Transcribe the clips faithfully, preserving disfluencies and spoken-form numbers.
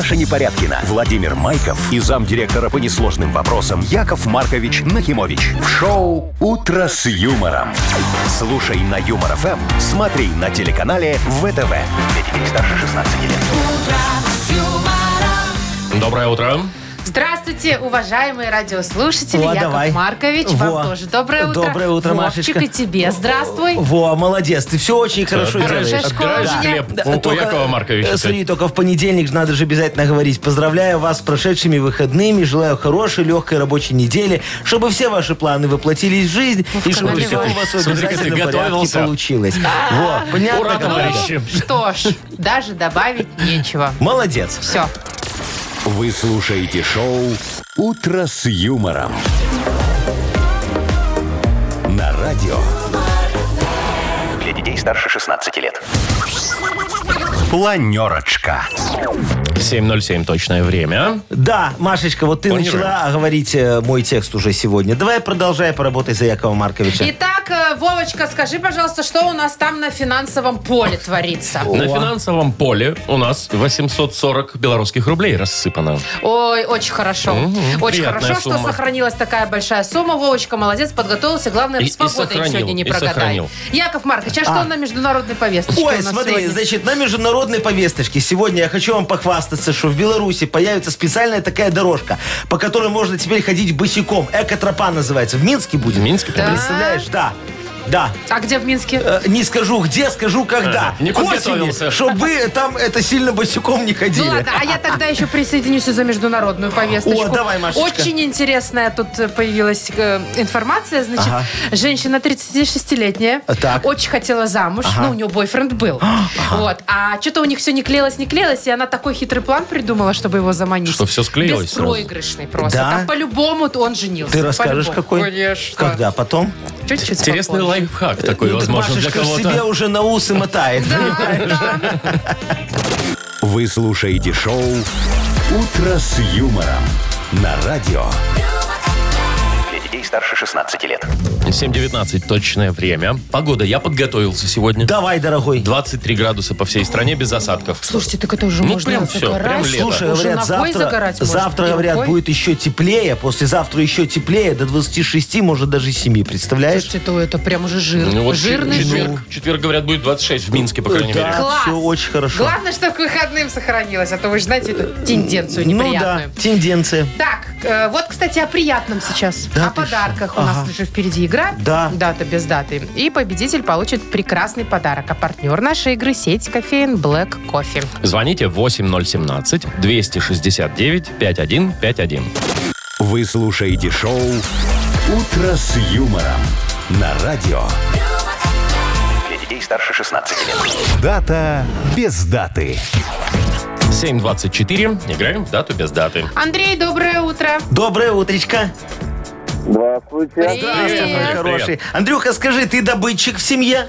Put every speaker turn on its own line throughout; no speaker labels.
Маша Непорядкина, Владимир Майков и замдиректора по несложным вопросам Яков Маркович Нахимович. В шоу «Утро с юмором». Слушай на Юмор ФМ, смотри на телеканале ВТВ. Для детей старше шестнадцати лет.
Доброе утро.
Здравствуйте, уважаемые радиослушатели.
О,
Яков
давай.
Маркович,
Во.
вам тоже доброе утро.
Доброе утро,
Вовчик,
Машечка.
и тебе здравствуй.
Во, молодец, ты все очень хорошо
Отбираешь,
делаешь.
школа
отбираешь
у меня.
хлеб
Да,
у, у
только,
Якова Марковича.
э, Смотри, только в понедельник надо же обязательно говорить. Поздравляю вас с прошедшими выходными, желаю хорошей, легкой рабочей недели, чтобы все ваши планы воплотились в жизнь, и чтобы
наливай.
все у вас в
Смотри, как ты
обязательном порядке
готовился.
получилось. Во, понятно?
Ура,
как
товарищи.
надо?
Что ж, даже добавить нечего.
Молодец.
Все.
Вы слушаете шоу «Утро с юмором». На радио. Для детей старше шестнадцати лет. Планерочка.
семь ноль семь точное время.
Да, Машечка, вот ты
Планируем.
начала говорить э, мой текст уже сегодня. Давай продолжай поработай за Якова Марковича.
Итак, э, Вовочка, скажи, пожалуйста, что у нас там на финансовом поле творится?
На финансовом поле у нас восемьсот сорок белорусских рублей рассыпано.
Ой, очень хорошо.
Мгм,
Очень
приятная
хорошо, что
сумма.
сохранилась такая большая сумма. Вовочка, молодец, подготовился. Главное,
И-
с погодой
и сохранил,
сегодня не
и
прогадай.
сохранил.
Яков Маркович, а, что
А.
на международной повесточке
Ой,
у нас
смотри,
сегодня?
значит, на международной повесточке сегодня я хочу вам похвастаться, что в Беларуси появится специальная такая дорожка, по которой можно теперь ходить босиком. Экотропа называется. В Минске будет.
В Минске прям?
Да.
Представляешь? Да. Да.
А где в Минске?
Э, Не скажу где, скажу когда.
А, не
К осени,
подготовился.
чтобы вы там это сильно босиком не ходили.
Ну ладно, а я тогда еще присоединюсь и за международную повесточку.
О, давай, Машечка.
Очень интересная тут э, появилась э, информация. Значит,
Ага.
женщина тридцатишестилетняя,
Так.
очень хотела замуж, ну, у нее бойфренд был. Вот. А что-то у них все не клеилось, не клеилось, и она такой хитрый план придумала, чтобы его заманить.
Что всё склеилось сразу?
Беспроигрышный просто.
Да?
Там по-любому он женился.
Ты расскажешь,
По-любому.
какой?
Конечно.
Когда? Потом?
Чуть-чуть
Интересный
попозже.
лайфхак такой,
Ну, так
возможно, для
Машечка ж
кого-то.
себе уже на усы мотает.
Вы слушаете шоу «Утро с юмором» на радио. Для детей старше шестнадцати лет.
семь девятнадцать точное время. Погода. Я подготовился сегодня.
Давай, дорогой.
двадцать три градуса по всей стране без осадков.
Слушайте, так это уже
Ну,
можно
прям всё,
загорать.
прям лето.
Слушай,
Уже
говорят,
ногой
завтра,
загорать можно.
завтра
И
говорят,
рукой.
будет еще теплее, послезавтра еще теплее, до двадцати шести, может, даже семи, представляешь?
Слушайте, то это прям уже жир.
Ну, вот
Жирный жир.
четверг, четверг, говорят, будет двадцать шесть в Минске, по крайней
Да,
мере.
Класс.
все очень хорошо.
Главное, что к выходным сохранилось, а то вы же знаете эту тенденцию
Ну да,
неприятную.
тенденция.
Так, э, вот, кстати, о приятном сейчас.
Да
о
ты
подарках.
что?
У нас
Ага.
же впереди игра.
Да.
Дата без даты. И победитель получит прекрасный подарок. А партнер нашей игры — сеть кофеин Black Coffee.
Звоните восемь ноль семнадцать двести шестьдесят девять пятьдесят один пятьдесят один.
Вы слушаете шоу «Утро с юмором» на радио. Для детей старше шестнадцати лет. Дата без даты.
семь двадцать четыре. Играем в дату без даты.
Андрей, доброе утро.
Доброе утречко.
Здравствуйте.
Привет.
Здравствуй, мой
Привет.
хороший. Андрюха, скажи, ты добытчик в семье?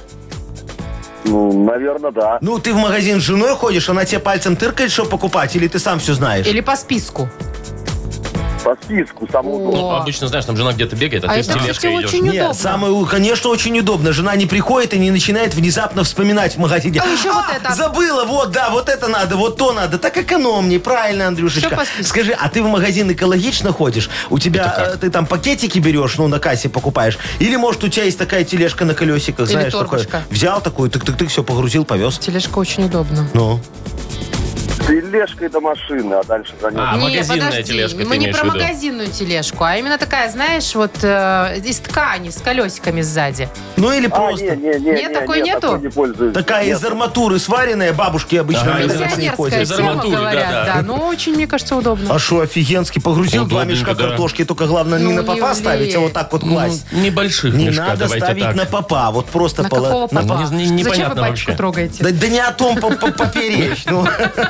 Ну, наверное, да.
Ну, ты в магазин с женой ходишь, она тебе пальцем тыркает, что покупать, или ты сам все знаешь?
Или по списку.
По списку, само
О.
удобно.
Ну, обычно, знаешь, там жена где-то бегает, а,
А
ты
это,
с
кстати,
тележкой идешь.
очень
Нет,
удобно.
самое, конечно, очень удобно. Жена не приходит и не начинает внезапно вспоминать в магазине.
А еще вот это.
Забыла, вот, да, вот это надо, вот то надо. Так экономнее, правильно,
Всё
Андрюшечка.
по списку.
Скажи, а ты в магазин экологично ходишь? У тебя, э, ты там пакетики берешь, ну, на кассе покупаешь? Или, может, у тебя есть такая тележка на колесиках,
Или
знаешь, такой,
торбочка.
взял такую, тык-тык-тык, все, погрузил, повез.
Тележка очень удобно.
Ну.
Тележкой до машины, а дальше за ней.
А,
Не,
магазинная
подожди,
тележка, ты
мы не
имеешь
про
в виду?
магазинную тележку, а именно такая, знаешь, вот э, из ткани, с колесиками сзади.
Ну, или
А,
просто...
не, не, не,
Нет,
не,
такой
не,
нету?
такой не пользуюсь.
Такая
Нет.
из арматуры сваренная, бабушки обычно
Да,
в магазин с ней
Пенсионерская
ходят.
Из
тема,
арматуры,
говорят,
да, да.
да. Ну, очень, мне кажется, удобно.
А что, офигенский, погрузил два
Удобненько,
мешка
да.
картошки, только главное не
Ну,
на
не
попа ставить, а
влей.
вот так вот
Ну,
класть.
небольших
Не
мешка,
надо
давайте
ставить
так.
на попа, вот просто
На
пола-
какого
на
попа?
попа.
Не- не-
Зачем вы
непонятно
батюшку
вообще.
трогаете?
Да, да не о том по- по- поперечь. Ну,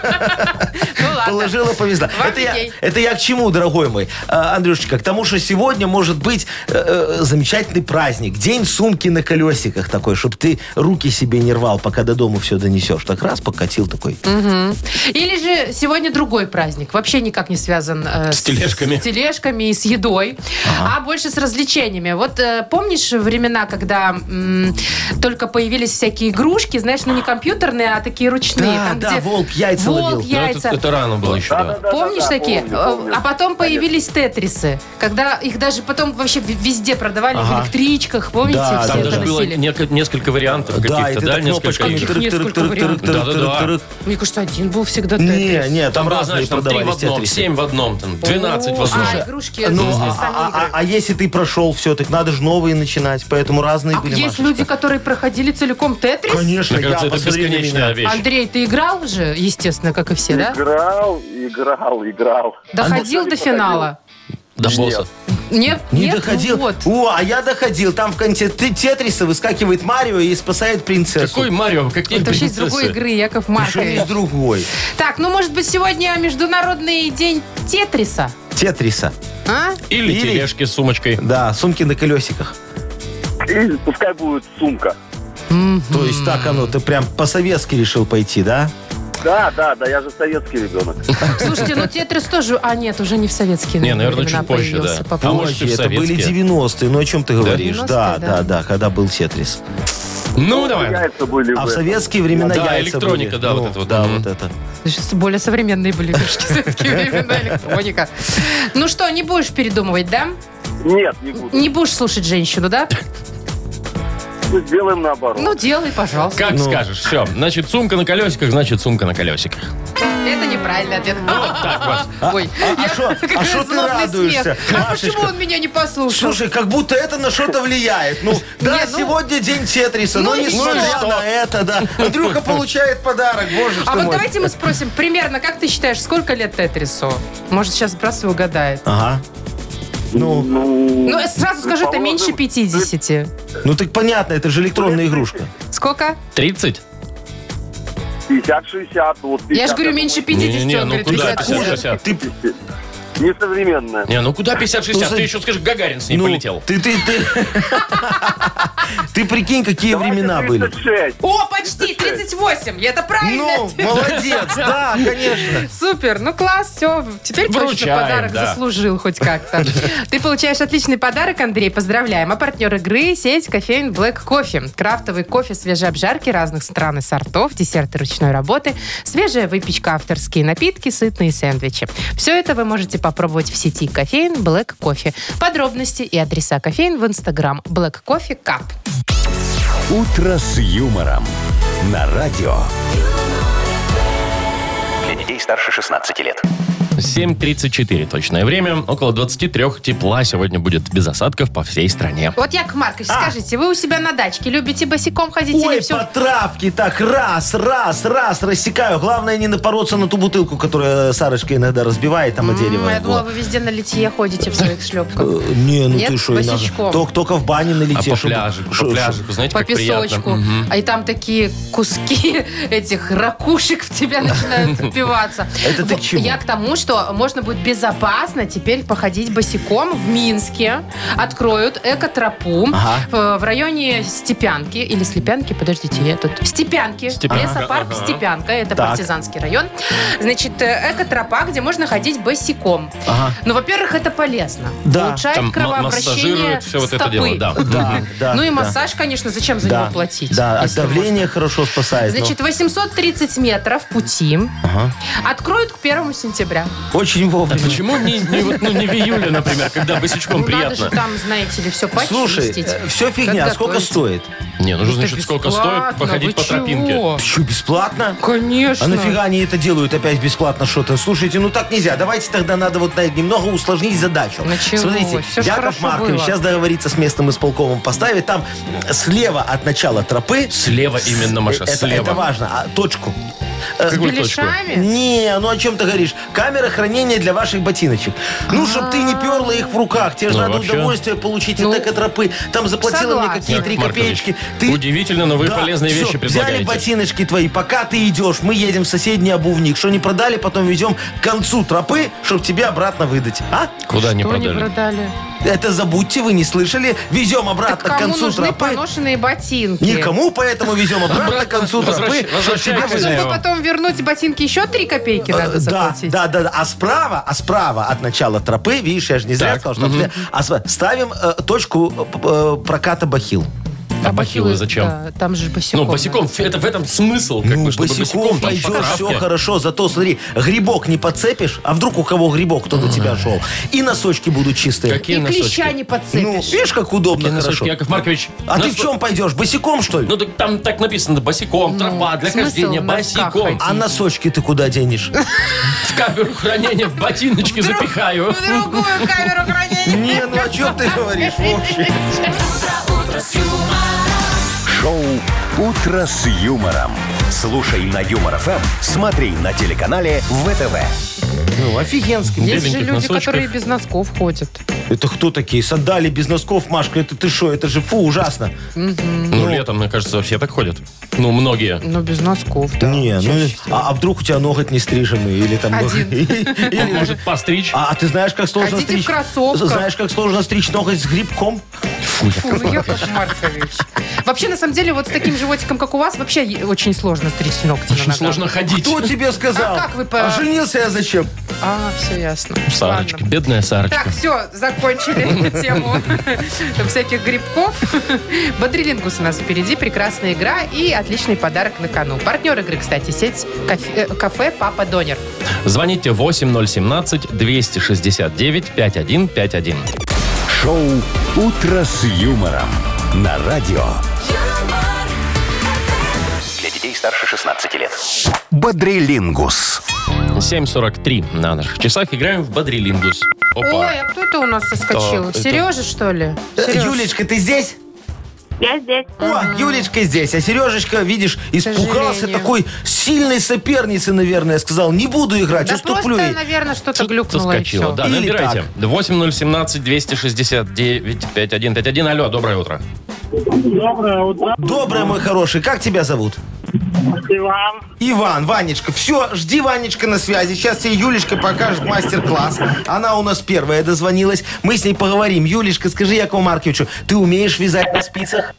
Ну ладно.
положила, повезла.
Вам
Это я,
видней.
это я к чему, дорогой мой? А, Андрюшечка, к тому, что сегодня может быть э, э, замечательный праздник. День сумки на колесиках такой, чтобы ты руки себе не рвал, пока до дома все донесешь. Так раз покатил такой.
Или же сегодня другой праздник, вообще никак не связан э,
С тележками.
с тележками и с едой, а больше с развлечениями. Вот э, помнишь времена, когда м, только появились всякие игрушки, знаешь, ну не компьютерные, а такие ручные.
Да,
там,
да,
где
волк яйца
волк как
Ну, это,
яйца.
это рано было еще, да.
Да-да-да,
Помнишь
да,
такие?
помню, помню.
А потом появились тетрисы, когда их даже потом вообще везде продавали, в
Ага.
электричках, помните?
Да,
все
Там
это
даже было
носили.
неко- несколько вариантов
Да, и
каких-то,
ты
да,
так
несколько
кнопочками
их.
Каких несколько вариантов?
Да-да-да.
Мне кажется, один был всегда
Не,
тетрис.
не,
Там,
там
было,
разные
знаешь, там три в
продавались
одном,
тетрисы.
семь в одном, там, двенадцать в
О,
одном.
А, игрушки
Ну,
с-
а,
сами
а- а-
игры.
а если ты прошел все, так надо же новые начинать, поэтому разные
А
были,
есть
Машечка.
люди, которые проходили целиком тетрис?
Конечно,
Мне кажется,
я,
это
посмотри на
бесконечная
меня.
вещь.
Андрей, ты играл же, естественно, как и все, да?
Играл, играл, играл.
Доходил
А
до финала?
До босса.
Нет,
Не
нет,
доходил?
Ну вот.
О, а я доходил. Там в конце ты- тетриса выскакивает Марио и спасает принцессу.
Какой Марио? Какие
Это вообще из
принцессы?
другой игры, Яков
Причем
Маркович.
из другой.
Так, ну, может быть, сегодня Международный день Тетриса?
Тетриса.
А?
Или,
Или-
тележки с сумочкой.
Да, сумки на колесиках.
И пускай будет сумка.
То есть так оно, ты прям по-советски решил пойти, да?
Да, да, да, я же советский ребенок.
Слушайте, ну Тетрис тоже... А, нет, уже не в советские
Не, наверное,
времена
чуть позже,
появился,
да.
попозже.
А может, и в
это были
советские.
девяностые. Ну, о чем ты говоришь? Да,
девяностые,
да,
да.
да, когда был Тетрис.
Ну, давай.
Яйца были
А в
в этом.
советские времена
Да,
яйца
электроника,
были.
да, вот
Ну,
это вот.
Да,
Мгм.
вот это.
Сейчас более современные были игрушки в советские времена, электроника. Ну что, не будешь передумывать, да?
Нет, не буду.
Не будешь слушать женщину, да?
Мы сделаем наоборот.
Ну, делай, пожалуйста.
Как
Ну.
скажешь. Все. Значит, сумка на колесиках, значит, сумка на колесиках.
Это неправильный ответ.
Так вот.
Ой,
а
я-
шо- а
какой
шо ты
злобный
радуешься,
смех. А
Машечка?
почему он меня не послушал?
Слушай, как будто это на что-то влияет. Ну, да,
Не, ну-
сегодня день Тетриса,
Ну
но
и
несмотря
что?
на это, да. Андрюха получает подарок, боже
А
что
вот
мой.
давайте мы спросим, примерно, как ты считаешь, сколько лет Тетрису? Может, сейчас сбрасывай и угадает.
Ага. Ну,
Ну,
Ну, сразу скажу, это меньше пятидесяти.
ну так понятно, это же электронная игрушка.
Сколько?
тридцать?
пятьдесят-шестьдесят. Вот
Я же
пятьдесят,
говорю, меньше
думаю,
пятидесяти.
Не-не-не,
Он
ну
говорит,
куда
пятьдесят.
пятьдесят-шестьдесят?
Ты,
Несовременная.
Не, ну куда пятьдесят-шестьдесят?
Ну,
Ты
за-
еще скажешь, Гагарин с ней
ну,
полетел.
Ты, ты, ты. Ты прикинь, какие времена были.
тридцать шесть.
О, почти, тридцать восемь. Это правильно.
Ну, молодец, да, конечно.
Супер, ну класс, все, теперь точно
Вручаем,
подарок
да.
заслужил хоть как-то. Ты получаешь отличный подарок, Андрей, поздравляем. А партнер игры — сеть кофеин Black Coffee. Крафтовый кофе свежей обжарки разных стран и сортов, десерты ручной работы, свежая выпечка, авторские напитки, сытные сэндвичи. Все это вы можете попробовать в сети кофеин Black Coffee. Подробности и адреса кофеин в Инстаграм Black Coffee Cup.
«Утро с юмором» на радио. Для детей старше шестнадцати лет.
семь тридцать четыре точное время. Около двадцать три тепла сегодня будет без осадков по всей стране.
Вот, Яков Маркович,
А.
скажите, вы у себя на дачке любите босиком ходить
Ой,
или все?
по травке так раз, раз, раз рассекаю. Главное не напороться на ту бутылку, которую Сарочка иногда разбивает там о дерево.
Я думала,
Вот.
вы везде на литье ходите в своих шлепках.
Э, Не, ну
Нет,
ты что,
босичком.
только, только в бане на
А
лите.
по
чтобы-
пляжику,
шо-
по
шо-
пляжику, знаете,
По
как приятно.
песочку.
Мгм.
А и там такие куски этих ракушек в тебя начинают впиваться.
Это ты к
Вот,
чему?
Я к тому, что можно будет безопасно теперь походить босиком в Минске. Откроют экотропу
Ага.
в, в районе Степянки. Или Слепянки, подождите, я тут... Степянки.
Степянка,
Лесопарк
ага.
Степянка. Это
Так.
партизанский район. Значит, э, экотропа, где можно ходить босиком.
Ага.
Ну, во-первых, это полезно.
Да.
Улучшает
Там м-
кровообращение
массажирует все вот это
стопы.
дело, да.
Да, да.
Ну и
да.
массаж, конечно, зачем за
Да,
него платить?
да, от
если
давления хорошо спасает. ну.
Значит, восемьсот тридцать метров пути
Ага.
откроют к первому сентября.
Очень
А
вовремя.
почему не, не вот, ну, не в июле, например, когда босичком
Ну, надо же
приятно?
там, знаете ли, все
Слушай,
почистить.
все фигня.
Как
Сколько
готовить.
стоит?
Не, ну что
Это
значит, сколько
бесплатно,
стоит походить
вы
по тропинке?
чего?
Что, бесплатно?
Конечно.
А нафига они это делают опять бесплатно что-то? Слушайте, ну так нельзя. Давайте тогда надо вот на- немного усложнить задачу.
Ну чего?
Смотрите,
Всё ж
Яков
хорошо
Маркович
было.
сейчас договорится с местным исполкомом поставить там слева от начала тропы.
Слева именно, Маша,
это,
слева.
это важно. А, точку.
С
Какую точку?
беляшами?
Не, ну о чем ты говоришь? Камера хранения для ваших ботиночек. Ну, чтобы ты не перла их в руках. Тебе же
Ну,
надо
вообще.
удовольствие получить
Ну,
от экотропы. Там заплатила мне
согласна.
какие три
Яков Маркович,
копеечки.
удивительно, но вы
Да,
полезные
всё,
вещи
взяли
предлагаете.
ботиночки твои, пока ты идешь, мы едем в соседний обувник. Что не продали, потом везем к концу тропы, чтобы тебе обратно выдать. А?
Куда не
Что не
продали?
продали?
Это забудьте, вы не слышали. Везем обратно
Так
к
кому
концу
нужны
тропы.
поношенные ботинки?
Никому, поэтому везем обратно к концу
Возвращ-
тропы, чтобы
возвращай
тебе
хозяева.
выдали.
Чтобы потом вернуть ботинки, еще три копейки надо
Э, Да,
заплатить.
да, да, да. А справа, а справа от начала тропы, видишь, я же не зря
Так,
сказал, что... а справа ставим э, точку э, п- э, проката бахил.
А бахилы зачем?
Да, там же босиком.
Ну, босиком,
надо.
это в этом смысл, как
Ну,
бы, чтобы
босиком
босиком там по
пойдешь, все
травке.
хорошо. Зато, смотри, грибок не подцепишь, а вдруг у кого грибок, кто до тебя шел. И носочки будут чистые.
Какие
И
носочки?
клеща не
Ну,
подцепишь.
видишь, как удобно,
Какие
хорошо.
носочки, Яков Маркович?
А ты
Нас-
в чем пойдешь? Босиком, что ли?
Ну, так там так написано, босиком, тропа для
смысл
хождения,
в носках
босиком.
ходить?
А носочки ты куда денешь?
В камеру хранения в ботиночки запихаю.
В другую камеру хранения.
Не, ну о чем ты говоришь, Вовчик?
Шоу «Утро с юмором». Слушай на Юмор ФМ, смотри на телеканале ВТВ.
Ну, офигенский.
Есть же
беленьких
люди,
носочках.
которые без носков ходят.
Это кто такие? Сандали без носков, Машка, это ты что? Это же фу, ужасно.
Ну, летом, мне кажется, все так ходят. Ну, многие.
Но без носков, да.
Не, ну,
чаще всего.
а, а вдруг у тебя ноготь не стриженный? Или там...
Один.
или-
Может постричь.
А, а ты знаешь, как сложно
Ходите в
стричь...
кроссовках.
Знаешь, как сложно стричь ноготь с грибком?
Фу, ну, Яков Маркович. Вообще, на самом деле, вот с таким животиком, как у вас, вообще е- очень сложно стричь ногти на
Очень
ногах.
сложно ходить.
Кто тебе сказал?
А как вы по-
А женился я зачем?
А, все ясно.
Сарочка,
Ладно.
бедная Сарочка.
Так, все, закончили тему всяких грибков. Бодрилингус у нас впереди, прекрасная игра и отличный подарок на кону. Партнер игры, кстати, сеть кафе, э, кафе «Папа Донер».
Звоните восемь ноль семнадцать двести шестьдесят девять пятьдесят один пятьдесят один.
Шоу «Утро с юмором» на радио. Для детей старше шестнадцати лет. Бодрилингус.
семь сорок три на наших часах. Играем в Бодрилингус. Опа.
Ой, а кто это у нас соскочил?
Кто?
Сережа, что ли?
Э,
Сереж.
Юлечка, ты здесь?
Я здесь.
О, Юлечка здесь. А Сережечка, видишь, испугался
сожалению.
такой сильной соперницы, наверное. Сказал, не буду играть,
Да
уступлю
просто,
ей.
наверное, что-то
Что-то
глюкнуло и
соскочило.
все.
Да,
Или
набирайте. восемь ноль семнадцать двести шестьдесят девять пятьдесят один пятьдесят один. Алло, доброе утро.
Доброе утро,
Доброе, мой хороший. Как тебя зовут?
Иван.
Иван, Ванечка. Все, жди Ванечка на связи. Сейчас тебе Юлечка покажет мастер-класс. Она у нас первая дозвонилась. Мы с ней поговорим. Юлечка, скажи Якову Марковичу, ты умеешь вязать на спицах?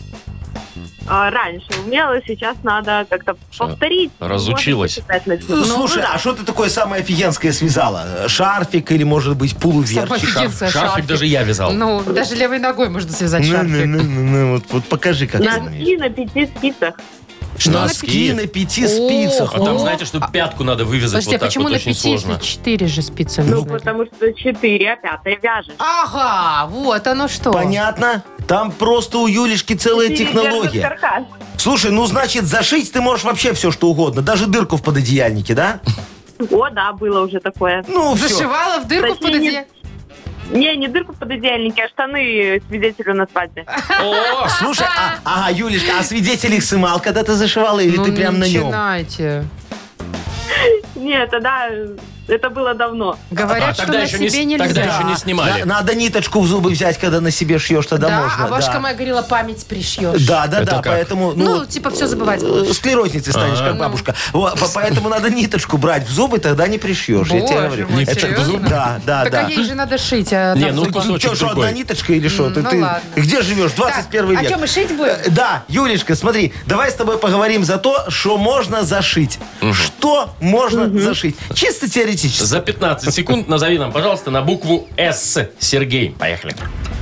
А, раньше умела, сейчас надо как-то повторить.
разучилась?
Может, почитать начну.
Ну, слушай, а что ты такое самое офигенское связала? Шарфик или, может быть, полуверчик?
Офигенская
Шарфик
шарфик.
даже я вязал.
Ну, даже левой ногой можно связать
Ну, ну,
шарфик.
ну, ну, ну, вот, вот покажи, как ты умеешь.
Носки на пяти спицах.
Носки на пяти спицах.
А там,
О.
знаете, что пятку надо вывязать
Подожди,
вот
а
так
почему
вот,
на
очень
пяти,
сложно.
если четыре же спицы
Ну,
нужны?
потому что четыре, а пятая вяжешь.
Ага, вот оно что.
Понятно? Там просто у Юлечки целая
Четыре
технология.
держат каркас.
Слушай, ну, значит, зашить ты можешь вообще все, что угодно. Даже дырку в пододеяльнике, да?
О, да, было уже такое.
Ну, все.
Зашивала в дырку в
Точнее, не-
пододе.
Не, не дырку в пододеяльнике, а штаны свидетелю на свадьбе.
О,
Слушай, а, ага, Юлечка, а свидетель их сымал, когда ты зашивала, или
Ну,
ты прям на нем?
начинайте.
Нет, тогда э, это было давно.
Говорят,
А,
что
тогда
на
еще не
себе
с-
нельзя.
тогда еще не снимали.
На- надо ниточку в зубы взять, когда на себе шьешь, тогда
Да,
можно.
а бабушка
да.
моя говорила, память пришьешь.
Да, да,
Это
да,
как?
поэтому...
Ну, типа, всё забывать
э,
будешь.
Склерозницей станешь,
Ага.
как бабушка. Вот, по- поэтому надо ниточку брать в зубы, тогда не пришьешь, я тебе
Боже
говорю.
мой,
Ниточку в
серьезно?
зубы?
Да, да,
Так
да.
а ей же надо шить. А
Не,
там
ну,
зубы-
кусочек
Что, что,
другой.
одна ниточка или что?
М,
Ты-
ну
ты
ладно.
где живешь? двадцать первый
Так,
век.
а что, мы шить будем?
Э, Да, Юлечка, смотри, давай с тобой поговорим за то, что можно зашить. Что можно зашить? Чисто теоретически.
За пятнадцать секунд назови нам, пожалуйста, на букву С. Сергей. Поехали.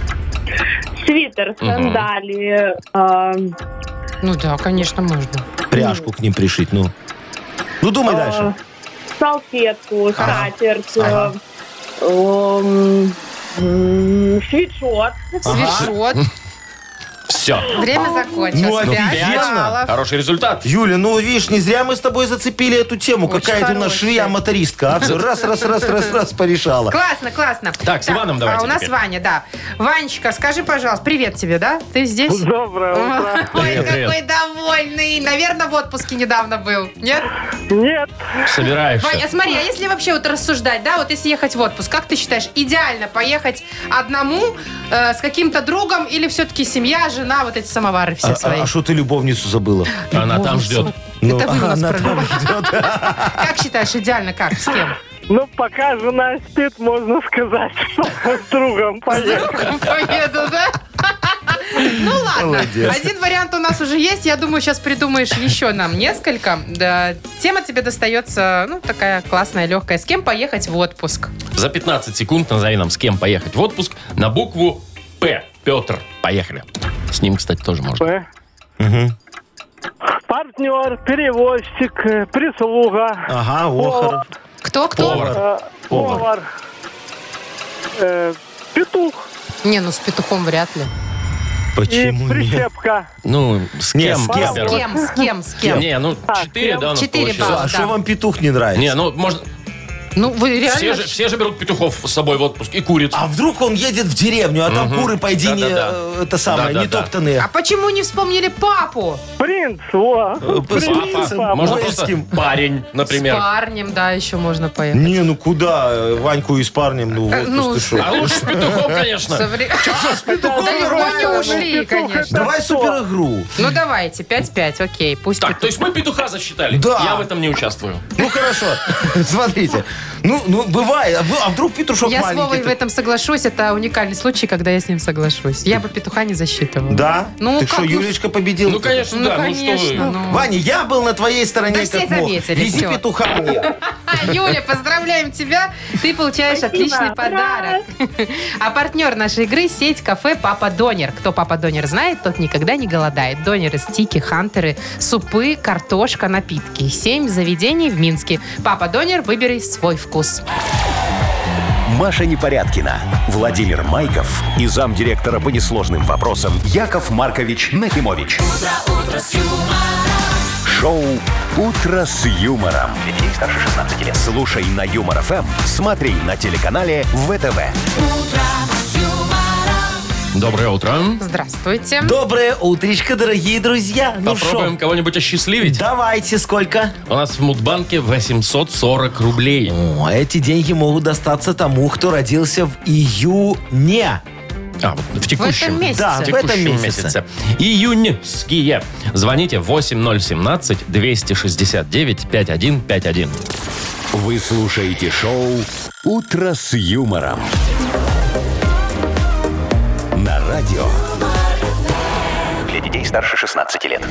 Свитер, сандали, а,
Ну да, конечно, можно.
Пряжку к ним пришить, ну. Ну, думай
а,
дальше.
салфетку,
Ага.
скатерть,
Ага.
э, эм, м, свитшот.
Свитшот.
Все.
Время закончилось.
Ну,
Пять
офигенно.
баллов.
Хороший результат.
Юля, ну, видишь, не зря мы с тобой зацепили эту тему.
Очень
Какая ты у нас
хорошая.
швея-мотористка. А все раз, раз, раз, раз, раз порешала.
Классно, классно.
Так, с Иваном давайте
А у нас
теперь.
Ваня, да. Ванечка, скажи, пожалуйста, привет тебе, да? Ты здесь?
Доброе утро.
Ой,
Привет,
какой
привет.
довольный. Наверное, в отпуске недавно был. Нет?
Нет,
Собираешься.
Ваня, смотри, а если вообще вот рассуждать, да, вот если ехать в отпуск, как ты считаешь, идеально поехать одному, э, с каким-то другом или все-таки семья, жена, вот эти самовары все свои?
А что ты любовницу забыла?
Она там
Любовницу.
ждет.
Ну,
Это вы у нас
она
про
там
любовь. Как считаешь, идеально как? С кем?
ну пока жена спит, можно сказать, с другом поехать.
Поеду, да? Ну ладно,
Молодец.
один вариант у нас уже есть. Я думаю, сейчас придумаешь еще нам несколько. Да, тема тебе достается, ну, такая классная, легкая. С кем поехать в отпуск?
За пятнадцать секунд назови нам, с кем поехать в отпуск на букву П. Петр. Поехали. С ним, кстати, тоже можно.
П.
Мгм.
Партнер, перевозчик, э, прислуга,
Ага, о, хорошо.
Кто, кто?
Повар.
э, повар, э, петух
Не, ну с петухом вряд ли.
и
Почему нет?
прищепка.
Ну, с
Не,
кем?
с кем?
С кем, с кем, с кем?
Не, ну,
А,
четыре, да, у нас
Четыре
получилось.
балла.
А
да.
что вам петух не нравится?
Не, ну, можно...
Ну, вы реально...
Все же, все же берут петухов с собой в отпуск и курицу.
А вдруг он едет в деревню, а там куры, пойди, не,
Да-да-да.
э, это самое,
Да-да-да.
не топтанные.
А почему не вспомнили папу?
Принц, во.
Э, с
Принц,
принцем.
папа.
Можно
Воинским.
просто парень, например.
С парнем, да, еще можно поехать.
Не, ну куда? э, Ваньку и с парнем, ну,
Э, ну,
отпуск, ты шо?
А лучше с петухом, конечно.
Совре-
петухом
Далеко не
нормально.
ушли, конечно.
Давай супер игру.
Ну, давайте, пять-пять, окей. Пусть
Так,
петух.
то есть мы петуха засчитали?
Да.
Я в этом не участвую.
Ну хорошо. Смотрите. Ну, ну бывает. А вы- А вдруг петушок
Я с
маленький?
Вовой в этом соглашусь. Это уникальный случай, когда я с ним соглашусь. Я бы петуха не засчитывала.
Да?
Ну,
Так
как,
что,
ну,
Юлечка победил?
Ну, конечно,
Ну,
да. Ну,
конечно.
что вы.
ну.
Ваня, я был на твоей стороне,
Да все
как мог.
заметили,
Вези
всё.
петуха мне.
А, Юля, поздравляем тебя. Ты получаешь
Спасибо.
отличный подарок. А партнер нашей игры – сеть кафе «Папа Донер». Кто «Папа Донер» знает, тот никогда не голодает. Донеры, стики, хантеры, супы, картошка, напитки. Семь заведений в Минске. «Папа Донер», выбери свой вкус.
Маша Непорядкина, Владимир Майков и замдиректора по несложным вопросам Яков Маркович Нахимович. Шоу «Утро с юмором». Для детей старше шестнадцати лет. Слушай на Юмор ФМ, смотри на телеканале ВТВ.
Доброе утро.
Здравствуйте.
Доброе утречко, дорогие друзья. Ну
Попробуем
шо,
кого-нибудь осчастливить.
давайте, сколько?
У нас в Мудбанке восемьсот сорок рублей.
О, эти деньги могут достаться тому, кто родился в июне.
А, вот в текущем.
В этом месяце.
Да,
В
в
текущем
этом месяце.
месяце. Июньские. Звоните восемь ноль семнадцать двести шестьдесят девять пятьдесят один пятьдесят один.
Вы слушаете шоу «Утро с юмором». На радио. Для детей старше шестнадцати лет.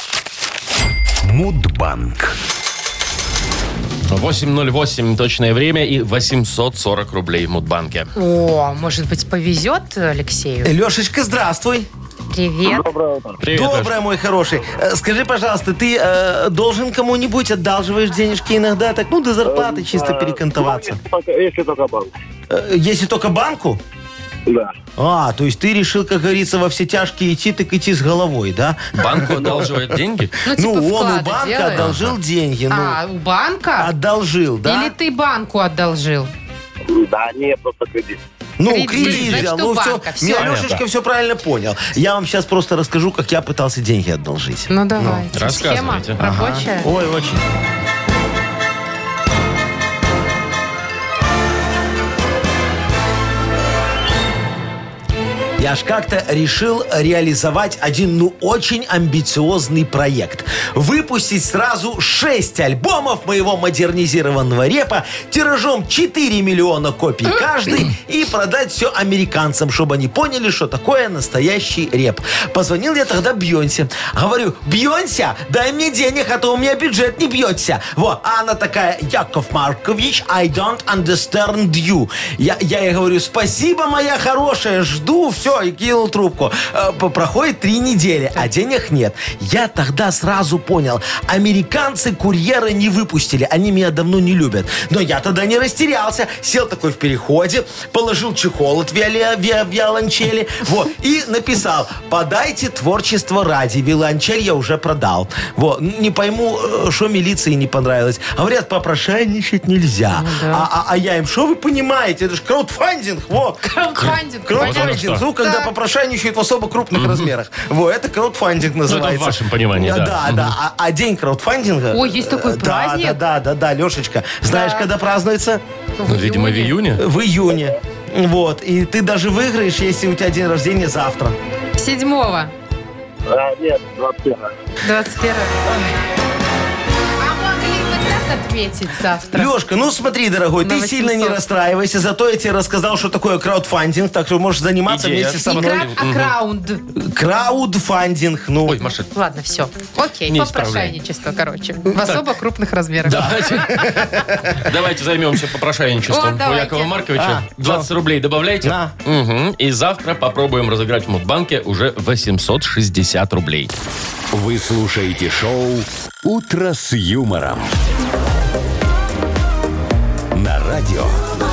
Мудбанк.
восемь ноль восемь точное время и восемьсот сорок рублей в Мудбанке.
О, может быть, повезет Алексею?
Лешечка, здравствуй.
Привет.
Привет,
Доброе, мой хороший. Э, Скажи, пожалуйста, ты э, должен кому-нибудь одалживаешь денежки иногда, так, ну, до зарплаты чисто перекантоваться?
Если только банк.
Э, Если только банку?
Да.
А, то есть ты решил, как говорится, во все тяжкие идти, так идти с головой, да?
Банку одалживает деньги?
Ну, типа,
Ну, он у
вклады
банка
делает.
одолжил деньги, ну,
А, у банка?
одолжил, да?
Или ты банку одолжил?
Да, не, просто кредит.
Ну,
Кредит,
кредит
значит,
взял.
у
Ну,
банка,
все,
всё.
меня Лешечка все правильно понял. Я вам сейчас просто расскажу, как я пытался деньги одолжить.
Ну, давай. Схема
рассказывайте.
рабочая?
Ой, очень. Я ж как-то решил реализовать один, ну, очень амбициозный проект. Выпустить сразу шесть альбомов моего модернизированного репа тиражом четыре миллиона копий каждый и продать все американцам, чтобы они поняли, что такое настоящий реп. Позвонил я тогда Бьонсе. Говорю: Бьонся, дай мне денег, а то у меня бюджет не бьется. Вот, а она такая: Яков Маркович, I don't understand you. Я, я ей говорю: спасибо, моя хорошая, жду, все, и кинул трубку. Э, Проходит три недели, а денег нет. Я тогда сразу понял: американцы курьера не выпустили, они меня давно не любят. Но я тогда не растерялся, сел такой в переходе, положил чехол от виоли- ви- виолончели, вот, и написал: подайте творчество ради, виолончель я уже продал. Вот, не пойму, что милиции не понравилось. Говорят, попрошайничать нельзя. а, а, а я им: что вы понимаете, это же краудфандинг, вот.
Краудфандинг.
Краудфандинг, ну, когда
Да.
попрошайничают в особо крупных размерах. Вот, это краудфандинг называется.
в вашем понимании, да.
Да, да. А, а день краудфандинга...
Ой, есть такой
э, да,
праздник?
Да, да, да, да, Лешечка. Знаешь,
Да.
когда празднуется?
Ну, видимо, в июне.
В июне. Вот. И ты даже выиграешь, если у тебя день рождения завтра.
Седьмого.
А, нет, двадцать первого.
двадцать первого. А могли бы так отметить завтра?
Лешка, ну смотри, дорогой,
На
ты сильно не
восемьсот.
расстраивайся, зато я тебе рассказал, что такое краудфандинг, так что можешь заниматься
Идея.
вместе со
Не
мной.
крак, а краунд.
Краудфандинг, ну.
Ой, Маша,
Ладно, все. Окей,
Не
попрошайничество, короче. В особо крупных размерах.
давайте, давайте займемся попрошайничеством.
О,
У
давайте.
Якова Марковича
А,
двадцать рублей добавляйте.
На.
Мгм. И завтра попробуем разыграть в Мудбанке уже восемьсот шестьдесят рублей.
Вы слушаете шоу «Утро с юмором». На радио.